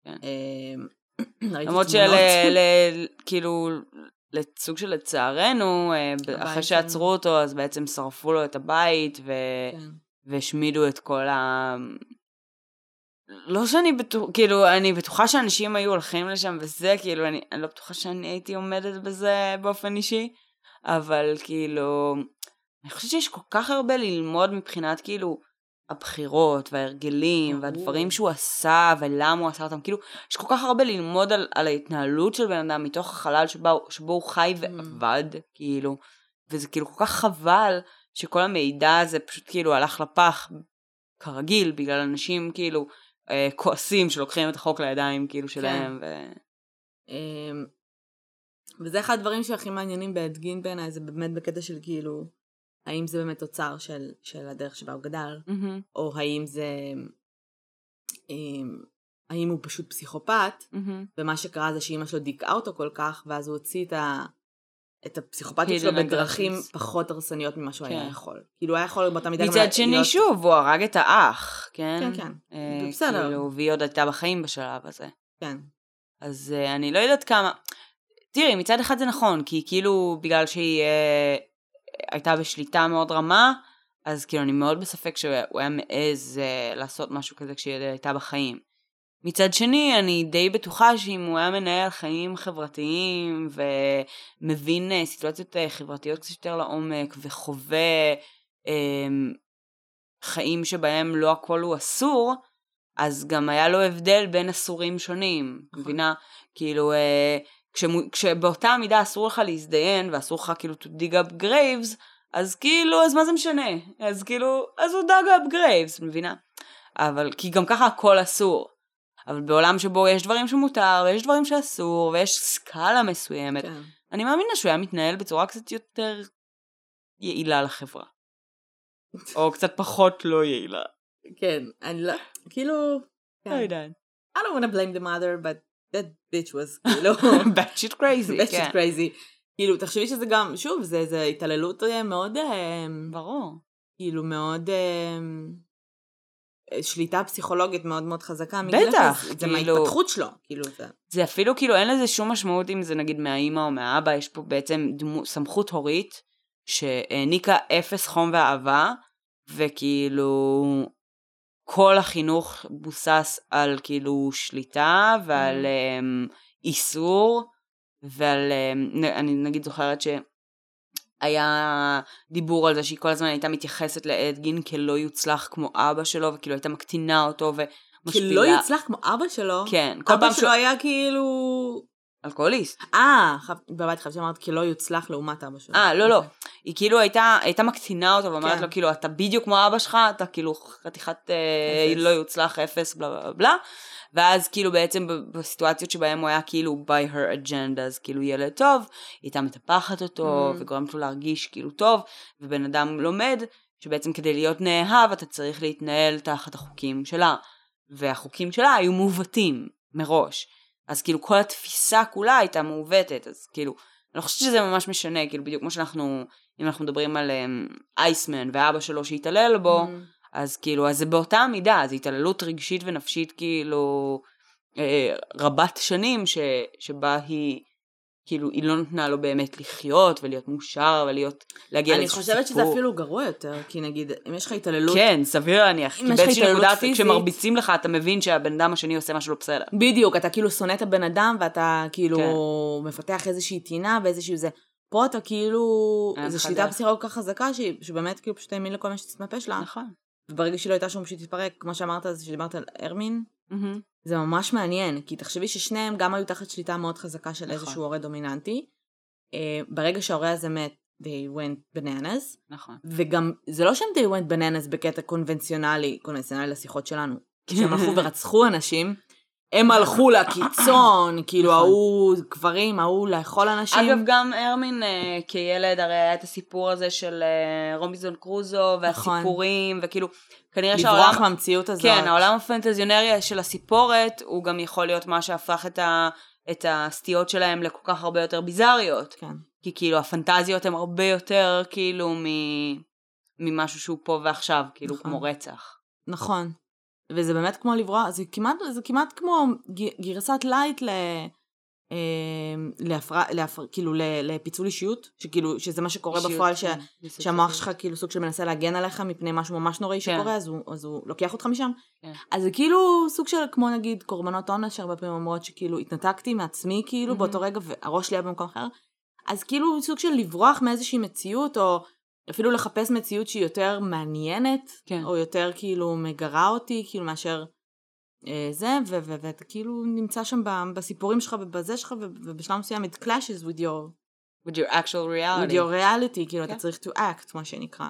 למרות כאילו, לסוג של לצערנו, אחרי שעצרו אותו, אז בעצם שרפו לו את הבית, והשמידו את כל ה... לא שאני בטוחה, כאילו, אני בטוחה שאנשים היו הולכים לשם וזה, כאילו, אני לא בטוחה שאני הייתי עומדת בזה באופן אישי, אבל כאילו, אני חושבת שיש כל כך הרבה ללמוד מבחינת, כאילו, הבחירות וההרגלים והדברים שהוא עשה ולמה הוא עשה אותם, כאילו, יש כל כך הרבה ללמוד על ההתנהלות של בן אדם מתוך החלל שבו הוא חי ועבד, כאילו, וזה כאילו כל כך חבל שכל המידע הזה פשוט כאילו הלך לפח כרגיל, בגלל אנשים כאילו כועסים שלוקחים את החוק לידיים כאילו שלהם. וזה אחד הדברים שהכי מעניינים בהדגין בעיניי, זה באמת בקטע של כאילו, האם זה באמת תוצר של הדרך שבה הוא גדל, או האם זה, האם הוא פשוט פסיכופת, ומה שקרה זה שאמא שלו דיכאה אותו כל כך, ואז הוא הוציא את הפסיכופתיות שלו בדרכים פחות הרסניות ממה שהוא היה יכול. כאילו הוא היה יכול באותה מידה... מצד שני שוב, הוא הרג את האח, כן? כן, כן. בסדר. כאילו, והיא עוד הייתה בחיים בשלב הזה. כן. אז אני לא יודעת כמה... תראי, מצד אחד זה נכון, כי כאילו בגלל שהיא הייתה בשליטה מאוד רמה, אז כאילו אני מאוד בספק שהוא היה מעז לעשות משהו כזה כשהיא הייתה בחיים. מצד שני, אני די בטוחה שאם הוא היה מנהל חיים חברתיים ומבין סיטואציות חברתיות קצת יותר לעומק וחווה חיים שבהם לא הכל הוא אסור, אז גם היה לו הבדל בין אסורים שונים. מבינה? כאילו, כשבאותה מידה אסור לך להזדיין ואסור לך כאילו to dig up graves, אז כאילו, אז מה זה משנה? אז כאילו, אז הוא dug up graves, מבינה? אבל, כי גם ככה הכל אסור. אבל בעולם שבו יש דברים שמותר, ויש דברים שאסור, ויש סקאלה מסוימת, כן. אני מאמינה שהוא היה מתנהל בצורה קצת יותר יעילה לחברה. או קצת פחות לא יעילה. כן, אני לא, כאילו... לא יודעת. I don't want to blame the mother, but that bitch was, כאילו... bad shit crazy, bad shit crazy. כאילו, תחשבי שזה גם, שוב, זה התעללות מאוד, ברור. כאילו, מאוד, שליטה פסיכולוגית מאוד מאוד חזקה. בטח, זה מההתפתחות שלו, כאילו. זה אפילו, כאילו, אין לזה שום משמעות אם זה נגיד מהאמא או מהאבא, יש פה בעצם סמכות הורית, שהעניקה אפס חום ואהבה, וכאילו, כל החינוך בוסס על כאילו שליטה, ועל איסור, ועל, אני נגיד זוכרת שהיה דיבור על זה שהיא כל הזמן הייתה מתייחסת לאדגין כלא יוצלח כמו אבא שלו, וכאילו הייתה מקטינה אותו ומשפילה. כלא יוצלח כמו אבא שלו? כן. אבא שלו היה כאילו... אלכוהוליסט. בבית חייב שאמרת כלא יוצלח לעומת אבא שלו. לא. היא כאילו הייתה מקטינה אותו, ואומרת לו כאילו, אתה בדיוק כמו אבא שלך, אתה כאילו חתיכת לא יוצלח אפס, בלה בלה בלה. ואז כאילו בעצם בסיטואציות שבהם הוא היה כאילו by her agenda, אז כאילו ילד טוב, היא הייתה מטפחת אותו, וגורמת לו להרגיש כאילו טוב, ובן אדם לומד, שבעצם כדי להיות נאהב, אתה צריך להתנהל תחת החוקים שלה. והחוקים שלה היו מעוותים מראש. אז כאילו כל התפיסה כולה הייתה מעוותת, אז כאילו, אני לא חושבת שזה ממש משנה, כאילו בדיוק כמו שאנחנו, אם אנחנו מדברים על אייסמן ואבא שלו שהתעלל בו, אז כאילו, אז זה באותה מידה, אז התעללות רגשית ונפשית כאילו רבת שנים, שבה היא, כאילו, היא לא נתנה לו באמת לחיות ולהיות מאושר ולהיות, להגיע לאיזשהו סיפור. אני חושבת שזה אפילו גרוע יותר, כי נגיד, אם יש לך התעללות... כן, סביר להניח, כי באיזושהי נקודה, כשמרביצים לך, אתה מבין שהבן אדם השני עושה משהו לא בסדר. בדיוק, אתה כאילו שונא את הבן אדם, ואתה כאילו מפתח איזושהי טינה ואיזושהי זה. פה אתה כאילו, זו שליטה פסיכולוגית כך חזקה, שבאמת כאילו פשוט האמין לכל מה שתתמפש לה. נכון. וברגע שהיא לא הייתה שום שתתפרק, כמו שאמרת, אז שדיברת על ארמין, זה ממש מעניין, כי תחשבי ששניהם גם היו תחת שליטה מאוד חזקה של איזשהו הורה דומיננטי. ברגע שההורה הזה מת, they went bananas. נכון. וגם, זה לא שהם they went bananas בקטע קונבנציונלי לשיחות שלנו. כשהם הלכו ורצחו אנשים, הם הלכו לקיצון, כאילו, ההוא גברים, ההוא לאכול אנשים. אגב, גם ארמין כילד, הרי היה את הסיפור הזה של רובינזון קרוזו, והסיפורים, וכאילו, כנראה שהעולם... לברוח מהמציאות הזאת. כן, העולם הפנטזיונרי של הסיפורת, הוא גם יכול להיות מה שהפך את הסטיות שלהם לכל כך הרבה יותר ביזריות. כן. כי כאילו, הפנטזיות הן הרבה יותר, כאילו, ממשהו שהוא פה ועכשיו, כאילו, כמו רצח. נכון. וזה באמת כמו לברוח, זה כמעט כמו גרסת לייט כאילו לפיצול אישיות, שכאילו, שזה מה שקורה בפועל, שהמוח שלך כאילו סוג של מנסה להגן עליך מפני משהו ממש נוראי שקורה, אז הוא לוקח אותך משם. אז זה כאילו סוג של, כמו נגיד, קורבנות עונש, שהרבה פעמים אומרות שכאילו התנתקתי מעצמי כאילו באותו רגע, והראש שלי היה במקום אחר. אז כאילו סוג של לברוח מאיזושהי מציאות, או אפילו לחפש מציאות שהיא יותר מעניינת, או יותר כאילו מגרה אותי, כאילו מאשר זה, ואתה כאילו נמצא שם בסיפורים שלך ובזה שלך, ובשלב מסוים it clashes with your actual reality. with your reality, כאילו אתה צריך to act, מה שנקרא.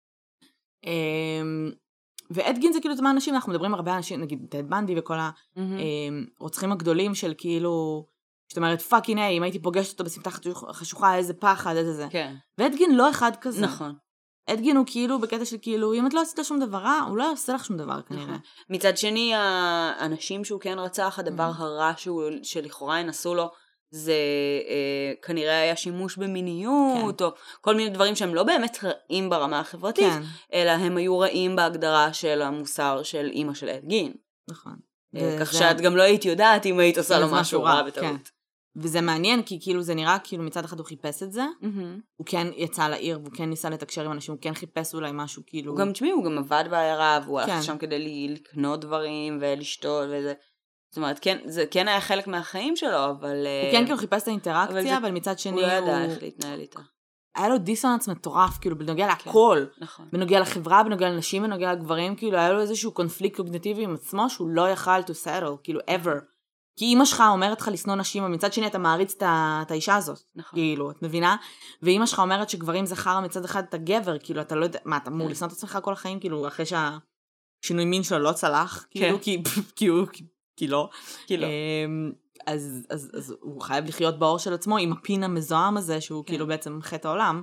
ואדגין זה כאילו זמן אנשים, אנחנו מדברים הרבה אנשים, נגיד טד בנדי וכל הרוצחים הגדולים של כאילו, זאת אומרת, פאקינג איי, אם הייתי פוגשת אותו בסמטה חשוכה, איזה פחד, איזה זה. כן. ואדגין לא אחד כזה. נכון. אדגין הוא כאילו בקטע של כאילו, אם את לא עשית לו שום דבר רע, הוא לא יעשה לך שום דבר כנראה. מצד שני, האנשים שהוא כן רצח, הדבר הרע שלכאורה ינסו לו, זה כנראה היה שימוש במיניות, או כל מיני דברים שהם לא באמת רעים ברמה החברתית, אלא הם היו רעים בהגדרה של המוסר של אמא של אדגין. נכון. כך שאת גם לא היית יודעת אם היית עושה לו משהו רע בטעות. וזה מעניין, כי כאילו זה נראה כאילו מצד אחד הוא חיפש את זה, הוא כן יצא לעיר, והוא כן ניסה לתקשר עם אנשים, הוא כן חיפש אולי משהו כאילו... הוא גם עבד בעיירה, והוא הלך שם כדי לקנות דברים ולשתות וזה. זאת אומרת, זה כן היה חלק מהחיים שלו, אבל... הוא כן כאילו חיפש את האינטראקציה, אבל מצד שני הוא... הוא לא ידע איך להתנהל איתה. היה לו דיסוננס מטורף, כאילו, בנוגע להכל. נכון. בנוגע לחברה, בנוגע לנשים, בנוגע לגברים, כאילו, היה לו איזשהו קונפליקט קוגניטיבי עם עצמו, שהוא לא יכל to settle, כאילו, ever. כי אמא שלך אומרת לך לשנוא נשים, ומצד שני אתה מעריץ את האישה הזאת. נכון. כאילו, את מבינה? ואמא שלך אומרת שגברים זה חרא, מצד אחד אתה גבר, כאילו, אתה לא יודע, מה, אתה אמור לשנוא את עצמך כל החיים, כאילו, אחרי שהשינוי מין שלו לא צלח, כאילו, כי לא. אז הוא חייב לחיות באור של עצמו עם הפין המזוהם הזה, שהוא כאילו בעצם חטא העולם.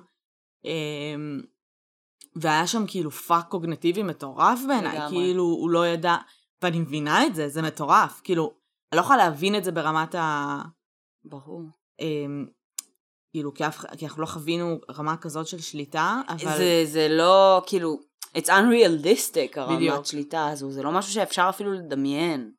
והיה שם כאילו פאק קוגניטיבי מטורף בעיניי, כאילו הוא לא ידע, ואני מבינה את זה, זה מטורף, כאילו, אני לא יכולה להבין את זה ברמת ברור. כאילו, כי אנחנו לא חווינו רמה כזאת של שליטה, אבל... זה לא, כאילו, it's unrealistic הרמת שליטה הזו, זה לא משהו שאפשר אפילו לדמיין.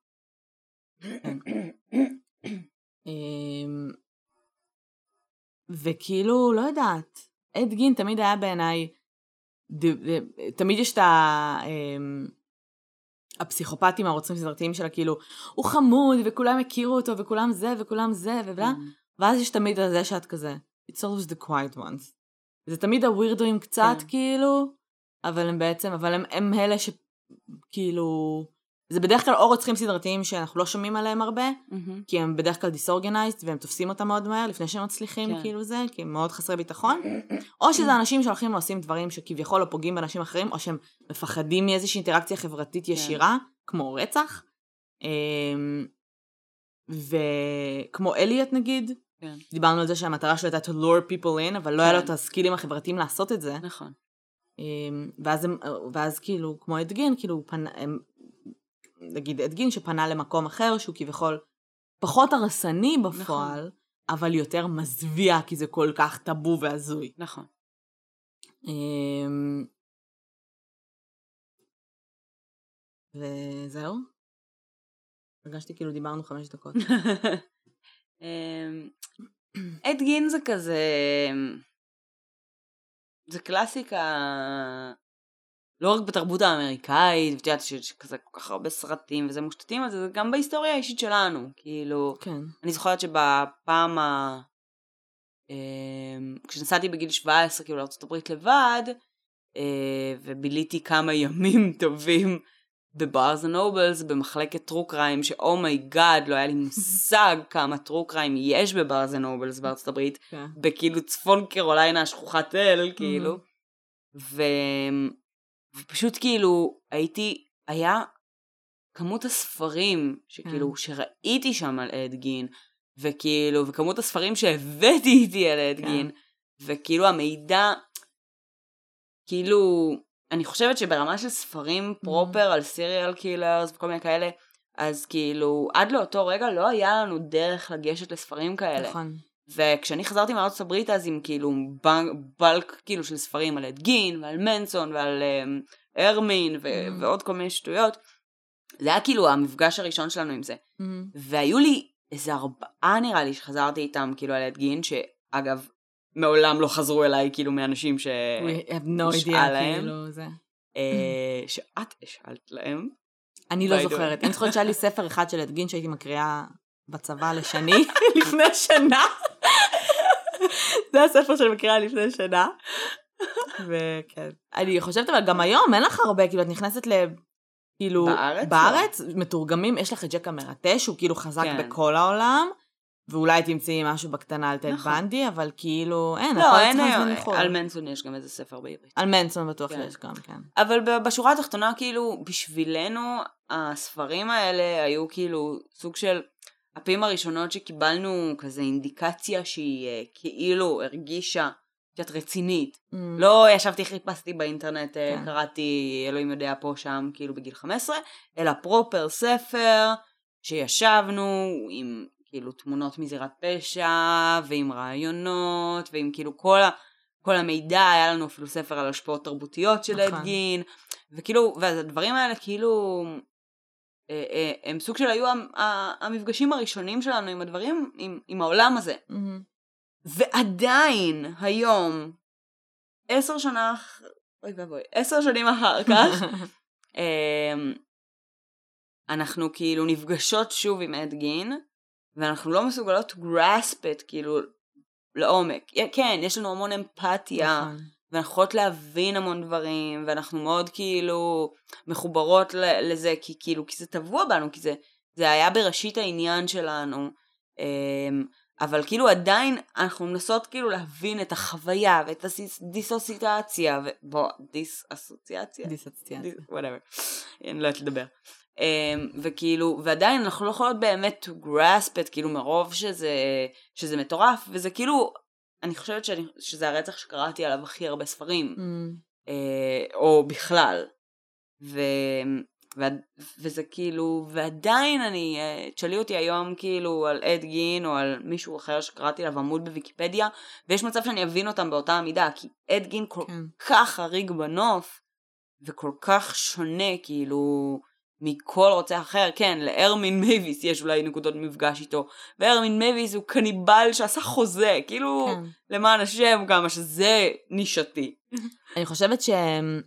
וכאילו, לא יודעת, אד גין תמיד היה בעיניי, תמיד יש את הפסיכופטים הרוצחים סדרתיים שלה, כאילו, הוא חמוד, וכולם הכירו אותו, וכולם זה, וכולם זה, ובלה, ואז יש תמיד על זה שאת כזה, it's always the quiet ones. זה תמיד הווירדוים קצת, כאילו, אבל הם בעצם, אבל הם אלה שכאילו, זה בדרך כלל או רוצחים סדרתיים שאנחנו לא שומעים עליהם הרבה, כי הם בדרך כלל disorganized, והם תופסים אותם מאוד מהר, לפני שהם מצליחים, כאילו זה, כי הם מאוד חסרי ביטחון, או שזה אנשים שהולכים ועושים דברים שכביכול לא פוגעים באנשים אחרים, או שהם מפחדים מאיזושהי אינטראקציה חברתית ישירה, כמו רצח, וכמו אליוט נגיד, דיברנו על זה שהמטרה שלו הייתה to lure people in, אבל לא היה לו את הסקילים החברתיים לעשות את זה. נכון. ואז כאילו, כמו אדגין, כאילו, נגיד אדגין שפנה למקום אחר, שהוא כביכול פחות הרסני בפועל, אבל יותר מזוויע, כי זה כל כך טבו ועזוי. נכון. וזהו? הרגשתי כאילו דיברנו 5 דקות. אדגין זה כזה, זה קלאסיקה, לא רק בתרבות האמריקאית, ואת יודעת שיש כזה כל כך הרבה סרטים וזה מושתתים על זה, זה גם בהיסטוריה האישית שלנו, כאילו, כן. אני זוכרת שבפעם כשנסעתי בגיל 17 כאילו לארצות הברית לבד, וביליתי כמה ימים טובים בברס אנד נובלס, במחלקת טרו קריים, שאומייגאד, לא היה לי מושג כמה טרו קריים יש בברס אנד נובלס בארצות הברית, בכאילו צפון קרוליינה, שכוחת אל, כאילו, ופשוט כאילו, היה כמות הספרים, שכאילו, שראיתי שם על אדגין, וכאילו, וכמות הספרים שהבאתי איתי על אדגין, וכאילו המידע, כאילו, אני חושבת שברמה של ספרים פרופר על סיריאל קילרס וכל מיני כאלה, אז כאילו, עד לאותו רגע לא היה לנו דרך לגשת לספרים כאלה. נכון. וכשאני חזרתי מארצות הברית, אז עם כאילו בלק כאילו של ספרים על אדגין ועל מנסון ועל הרמין ועוד כל מיני שטויות, זה היה כאילו המפגש הראשון שלנו עם זה. והיו לי איזה 4 נראה לי שחזרתי איתם כאילו על אדגין, שאגב, מעולם לא חזרו אליי כאילו מאנשים שהשאל להם. שאת השאלת להם. אני לא זוכרת. אני זוכרת שהיה לי ספר אחד של אדגין שהייתי מקריאה בצבא לשני לפני שנה. זה הספר שאני מקריאה לפני שנה. וכן. אני חושבת אבל גם היום אין לך הרבה, כאילו את נכנסת כאילו בארץ מתורגמים, יש לך את ג'ק המרטש, הוא כאילו חזק בכל העולם. ואולי תמצאי משהו בקטנה על טד בנדי, אבל כאילו, אין. לא, אין היום. על מנסון יש גם איזה ספר בעברית. על מנסון בטוח יש גם, כן. אבל בשורה התחתונה, כאילו, בשבילנו, הספרים האלה היו כאילו סוג של הפעמים הראשונות שקיבלנו כזה אינדיקציה שהיא כאילו הרגישה קצת רצינית. לא ישבתי, חיפשתי באינטרנט, קראתי אלוהים יודע פה שם, כאילו בגיל 15, אלא פרופר ספר שישבנו עם כאילו תמונות מזירת פשע, ועם רעיונות, ועם כאילו כל המידע, היה לנו אפילו ספר על השפעות תרבותיות של אדגין, וכאילו, והדברים האלה כאילו, הם סוג של היו המפגשים הראשונים שלנו עם הדברים, עם העולם הזה. ועדיין, היום, 10 שנים אחר כך, אנחנו כאילו נפגשות שוב עם אדגין, ואנחנו לא מסוגלות grasp it, כאילו, לעומק. כן, יש לנו המון אמפתיה, ואנחנו יכולות להבין המון דברים, ואנחנו מאוד כאילו מחוברות לזה, כי זה טבוע בנו, כי זה היה בראשית העניין שלנו, אבל כאילו עדיין אנחנו מנסות כאילו להבין את החוויה, ואת הדיסוציאציה, דיסאסוציאציה? דיסאסוציאציה. whatever. אני לא יודעת לדבר. וכאילו, ועדיין אנחנו לא יכולות באמת to grasp it, כאילו מרוב שזה מטורף, וזה כאילו, אני חושבת שזה הרצח שקראתי עליו הכי הרבה ספרים, או בכלל, וזה כאילו, ועדיין תשאלי אותי היום כאילו על אד גין או על מישהו אחר שקראתי לה עמוד בוויקיפדיה, ויש מצב שאני אבין אותם באותה המידה, כי אד גין כל כך חריג בנוף, וכל כך שונה כאילו מכל רוצח אחר. כן, לארמין מייביס יש אולי נקודות מפגש איתו, וארמין מייביס הוא קניבל שעשה חוזה, כאילו למען השם כמה שזה נישתי. אני חושבת ש...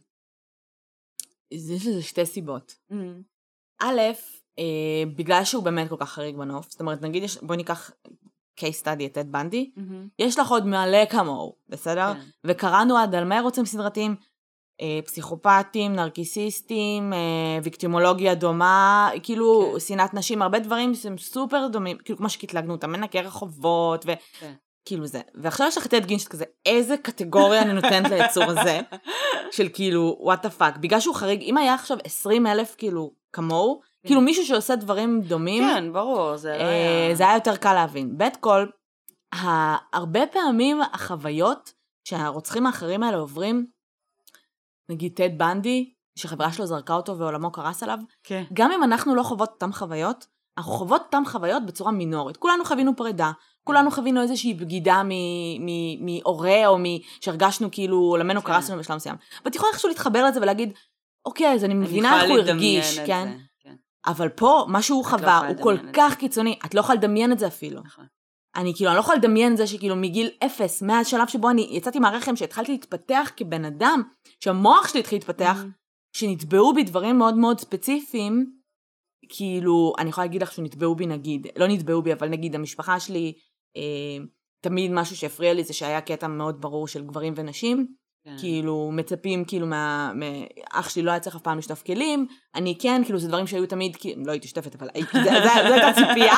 יש לזה שתי סיבות. א', בגלל שהוא באמת כל כך חריג בנוף, זאת אומרת, נגיד, בואי ניקח case study את טד בנדי, יש לך עוד מעלה כמוהו, בסדר? וקראנו עד על מה רוצים סדרתיים, פסיכופטים, נרקיסיסטים, ויקטימולוגיה דומה, כאילו שנאת נשים, הרבה דברים שהם סופר דומים, כאילו כמו שקטלגנו אותם, מנקי רחובות, כאילו זה. ועכשיו יש לך טד גין כזה, איזה קטגוריה אני נותנת ליצור הזה, של כאילו, what the fuck, בגלל שהוא חריג, אם היה עכשיו 20,000 כאילו כמוהו, כאילו מישהו שעושה דברים דומים, כן, ברור, זה היה יותר קל להבין. בית כל, הרבה פעמים החוויות שהרוצחים האחרים האלה עוברים, נגיד טד בנדי, שחברה שלו זרקה אותו ועולמו קרס עליו, גם אם אנחנו לא חוות אותם חוויות, אנחנו חוות אותם חוויות בצורה מינורית. כולנו חווינו פרידה, כולנו חווינו איזושהי בגידה מהורה, או שהרגשנו כאילו עולמנו קרס לנו בשלב מסוים. ואת יכולה איכשהו להתחבר לזה ולהגיד, אוקיי, אז אני מבינה איך הוא הרגיש, כן? אבל פה, מה שהוא חווה, הוא כל כך קיצוני, את לא יכולה לדמיין את זה אפילו. אני כאילו, אני לא יכולה לדמיין את זה שכאילו מגיל 0, מהשלב שבו אני יצאתי מהרחם, שהתחלתי להתפתח כבן אדם, שהמוח שלי התחיל להתפתח, שנתבעו בי דברים מאוד מאוד ספציפיים, כאילו, אני יכולה להגיד לך שנתבעו בי נגיד, לא נתבעו בי, אבל נגיד המשפחה שלי, תמיד משהו שהפריע לי זה שהיה קטע מאוד ברור של גברים ונשים, כאילו מצפים כאילו אח שלי לא היה צריך אף פעם לשטוף כלים, אני כן, כאילו זה דברים שהיו תמיד, לא הייתי שטפת, אבל זה הייתה ציפייה.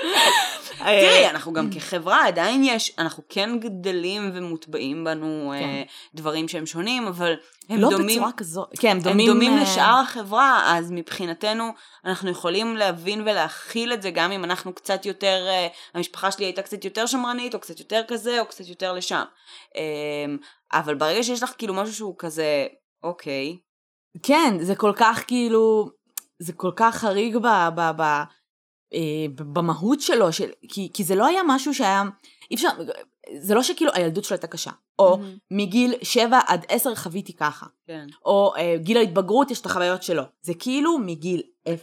תראי, אנחנו גם כחברה עדיין אנחנו כן גדלים ומוטבעים בנו דברים שהם שונים, אבל הם דומים לשאר החברה, אז מבחינתנו אנחנו יכולים להבין ולהכיל את זה, גם אם אנחנו קצת יותר, המשפחה שלי הייתה קצת יותר שמרנית, או קצת יותר כזה, או קצת יותר לשם. אבל ברגע שיש לך כאילו משהו שהוא כזה, אוקיי. כן, זה כל כך כאילו, זה כל כך חריג במהות שלו, כי זה לא היה משהו שהיה, אפשר, זה לא שכאילו הילדות שלו הייתה קשה, או מגיל 7 עד 10 חוויתי ככה, או גיל ההתבגרות יש את החוויות שלו, זה כאילו מגיל 0,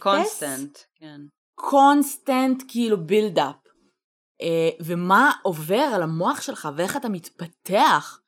קונסטנט כאילו בילד-אפ, ומה עובר על המוח שלך, ואיך אתה מתפתח,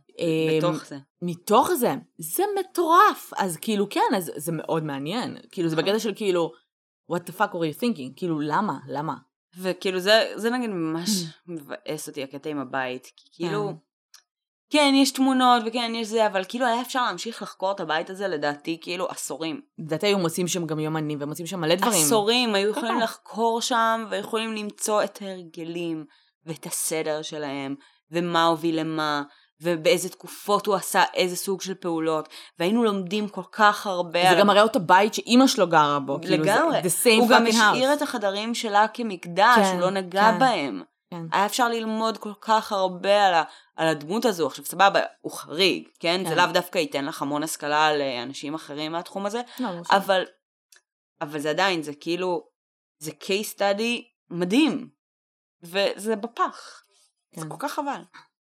מתוך זה, זה מטורף, אז כאילו כן, אז זה מאוד מעניין, כאילו זה בגלל של כאילו, what the fuck were you thinking? כאילו, למה? וכאילו, זה נגיד ממש מבאס אותי הקטע עם הבית, כי כאילו, כן, יש תמונות וכן, יש זה, אבל כאילו היה אפשר להמשיך לחקור את הבית הזה, לדעתי, כאילו, עשורים. לדעתי היו מוצאים שם גם יומנים, ומוצאים שם מלא דברים. עשורים, היו יכולים לחקור שם, ויכולים למצוא את ההרגלים, ואת הסדר שלהם, ומה הוביל למה, ובאיזה תקופות הוא עשה איזה סוג של פעולות, והיינו לומדים כל כך הרבה. זה גם מראה אותה בית שאימא שלו גרה בו. לגמרי. הוא גם השאיר את החדרים שלה כמקדש, הוא לא נגע בהם. היה אפשר ללמוד כל כך הרבה על הדמות הזו. עכשיו סבבה, הוא חריג, כן? זה לאו דווקא ייתן לך המון השכלה לאנשים אחרים מהתחום הזה, אבל זה עדיין, זה כאילו, זה case study מדהים, וזה בפח. זה כל כך חבל.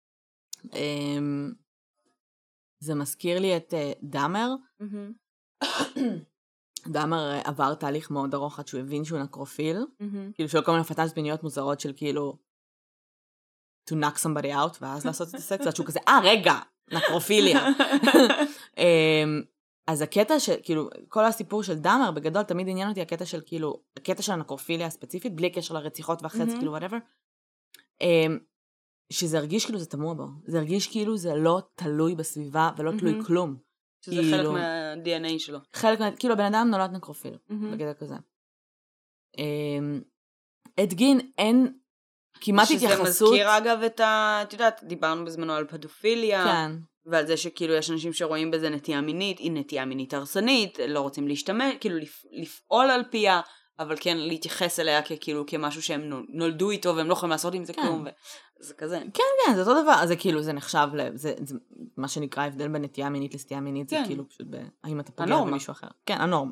זה מזכיר לי את דאמר. דאמר עבר תהליך מאוד ארוך עד שהוא הבין שהוא נקרופיל, כאילו של כל מיני פנטזיות מיניות מוזרות של כאילו to knock somebody out, ואז לעשות את הסקס, עד שהוא כזה, רגע, נקרופיליה. אז הקטע של, כאילו, כל הסיפור של דאמר, בגדול תמיד עניין אותי הקטע של כאילו, הקטע של הנקרופיליה הספציפית, בלי קשר לרציחות והחץ, כאילו whatever. שזה הרגיש כאילו זה תמוה בו, זה הרגיש כאילו זה לא תלוי בסביבה ולא תלוי כלום. שזה חלק מה-DNA שלו. כאילו הבן אדם נולד נקרופיל, בגלל כזה. את גין אין כמעט התייחסות. שזה מזכיר אגב את יודעת, דיברנו בזמנו על פדופיליה, ועל זה שכאילו יש אנשים שרואים בזה נטייה מינית, היא נטייה מינית הרסנית, לא רוצים להשתמש, כאילו לפעול על פיה, אבל כן להתייחס אליה כאילו כמשהו שהם נולדו איתו, והם לא יכולים לעשות עם זה כלום, וזה כזה. כן, זה אותו דבר, אז זה כאילו, זה נחשב, זה מה שנקרא הבדל בין נטייה מינית לסטייה מינית, זה כאילו פשוט, האם אתה פוגע במישהו אחר. כן, הנורמה.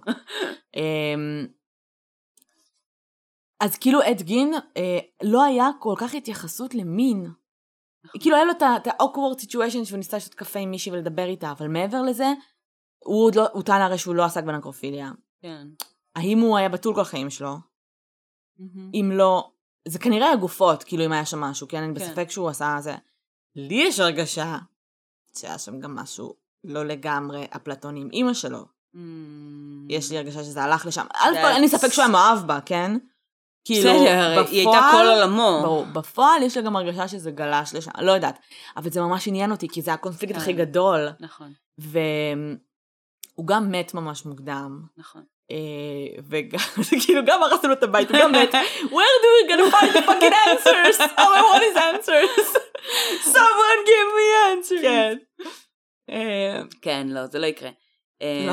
אז כאילו אד גין לא היה כל כך התייחסות למין. כאילו היה לו את ה-awkward situation שהוא ניסה לשתות קפה עם מישהי ולדבר איתה, אבל מעבר לזה, הוא טען הרי שהוא לא עסק בנקרופיליה. כן. האם הוא היה בטול כל החיים שלו? אם לא, זה כנראה הגופות, כאילו אם היה שם משהו, כן? אני בספק שהוא עשה זה. לי יש הרגשה שהיה שם גם משהו לא לגמרי אפלטוני עם אמא שלו. יש לי הרגשה שזה הלך לשם. אין לי ספק שהוא היה מאוהב בה, כן? בסדר, היא הייתה כל עולמו. ברור, בפועל יש לה גם הרגשה שזה גלש לשם, לא יודעת. אבל זה ממש עניין אותי, כי זה הקונפליקט הכי גדול. נכון. והוא גם מת ממש מוקדם. נכון. וגם, כאילו גם הרסנו לו את הבית, הוא גם מת. Where do we gonna find the fucking answers? All I want is answers. Someone give me answers. כן. כן, לא, זה לא יקרה. לא.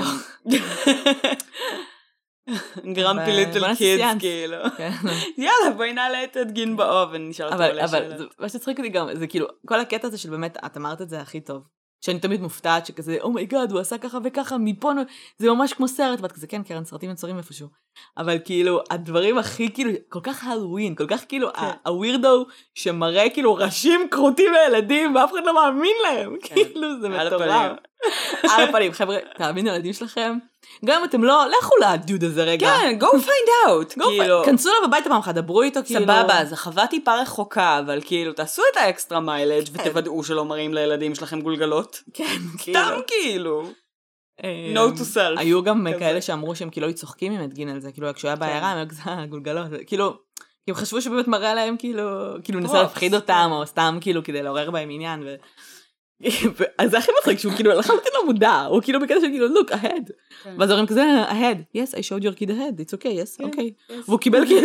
גרמפי ליטל קידס, כאילו. יאללה, בואי נעלה את הדגין באובן, נשאל אותו עליה שאלה. אבל מה שצריק אותי גם, זה כאילו, כל הקטע הזה של באמת, את אמרת את זה הכי טוב. שאני תמיד מופתעת שכזה, אומייגאד, הוא עשה ככה וככה, מפה, זה ממש כמו סרט, ואת כזה, כן, קרן, סרטים מצורים איפשהו. אבל כאילו, הדברים הכי, כאילו, כל כך הלווין, כל כך כאילו, הווירדו שמראה כאילו ראשים קרוטים לילדים, ואף אחד לא מאמין להם. כאילו, זה מטורף. על הפנים, חבר'ה, תאמינו לילדים שלכם. גם אם אתם לא, לכו לדוד הזה רגע. כן, go find out. כנסו לו בביתה פעם אחת, דברו איתו, כאילו. סבבה, זה חווה טיפה רחוקה, אבל כאילו, תעשו את האקסטרה מיילג' ותוודאו שלא מראים לילדים שלכם גולגלות. כן, סתם כאילו. note to self. היו גם כאלה שאמרו שהם כאילו צוחקים עם הדגין על זה, כאילו, כשהוא היה בעיירה, הם היו כזה גולגלות, כאילו, הם חשבו שבאמת מראה להם, כאילו נסה להפחיד אותם, או סתם כאילו, כדי לעורר בהם עניין, אז זה הכי מצחיק שהוא כאילו לחלוטין לא מודע, הוא כאילו בקטע של כאילו look ahead, ואז אומרים כזה ahead, yes I showed your kid ahead, it's okay, yes, okay, והוא קיבל כאילו,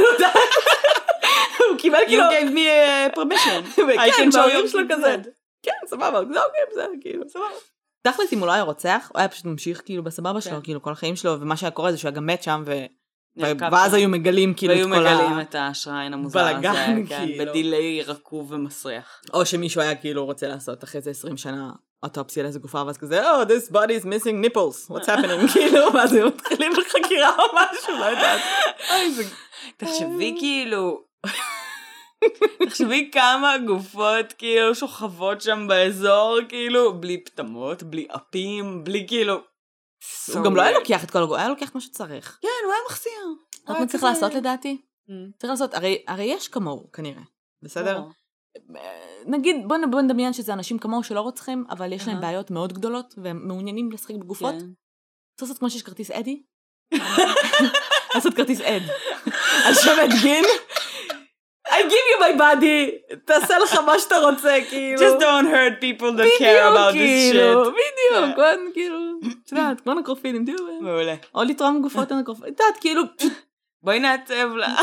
הוא קיבל כאילו, you gave me permission, I can show your kid כזה, כן סבבה, זה אוקיי, בסדר, כאילו, סבבה. תכלס אם הוא לא היה רוצח, הוא היה פשוט ממשיך כאילו בסבבה שלו, כאילו כל החיים שלו, ומה שהיה קורה זה שהוא היה גם מת שם, ואז היו מגלים כאילו את כל והיו מגלים את השריין המוזר הזה, בדילי רקוב ומסריח. או שמישהו היה כאילו רוצה לעשות אחרי זה 20 שנה אוטופסיה לאיזה גופה, ואז כזה, oh, this body is missing nipples, what's happening, כאילו, ואז הם מתחילים בחקירה או משהו, לא יודעת. תחשבי כאילו, תחשבי כמה גופות כאילו שוכבות שם באזור, כאילו, בלי פתמות, בלי אפים, בלי כאילו, הוא גם לא היה לוקח את כל הגוף, היה לוקח מה שצריך. כן, הוא היה מחסיר. רק מה צריך לעשות לדעתי? צריך לעשות, הרי יש כמוהו כנראה, בסדר? נגיד, בוא נדמיין שזה אנשים כמוהו שלא רוצחים, אבל יש להם בעיות מאוד גדולות, והם מעוניינים לשחק בגופות. צריך לעשות כמו שיש כרטיס אדי? לעשות כרטיס אד. על שם אדגין? I give you my body, תעשה לך מה שאתה רוצה, כאילו. Just don't hurt people that care about this shit. בדיוק, כאילו, תדעת, כמו נקרופילים, תראו. מעולה. או לתרום גופות הנקרופילים, תדעת, כאילו. בואי נעצב לה.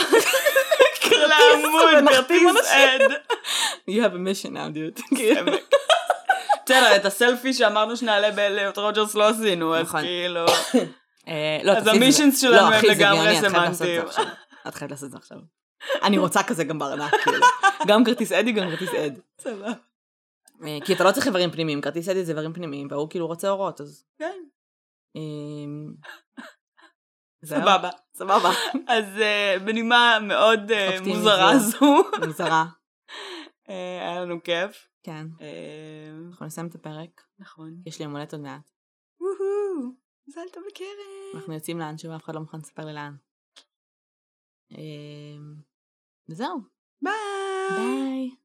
לעמוד, כרטיס עד. You have a mission now, dude. תראה, את הסלפי שאמרנו שנעלה בלהיות רוג'רס לא עשינו, אז כאילו. אז המישנס שלנו הם לגמרי סמנטיים. את חייבת לעשות את זה עכשיו. אני רוצה כזה גם בארנק, כאילו. גם כרטיס אדי, גם כרטיס עד. סבבה. כי אתה לא צריך איברים פנימיים, כרטיס אדי זה איברים פנימיים, והוא כאילו רוצה אורות, אז... כן. סבבה. סבבה. אז בנימה מאוד מוזרה זו. מוזרה. היה לנו כיף. כן. אנחנו נסיים את הפרק. נכון. יש לי יום הולדת עוד מעט. וואו, מזל טוב לקרן. אנחנו יוצאים לאן שאף אחד לא מוכן לספר לי לאן. וזהו. ביי. ביי.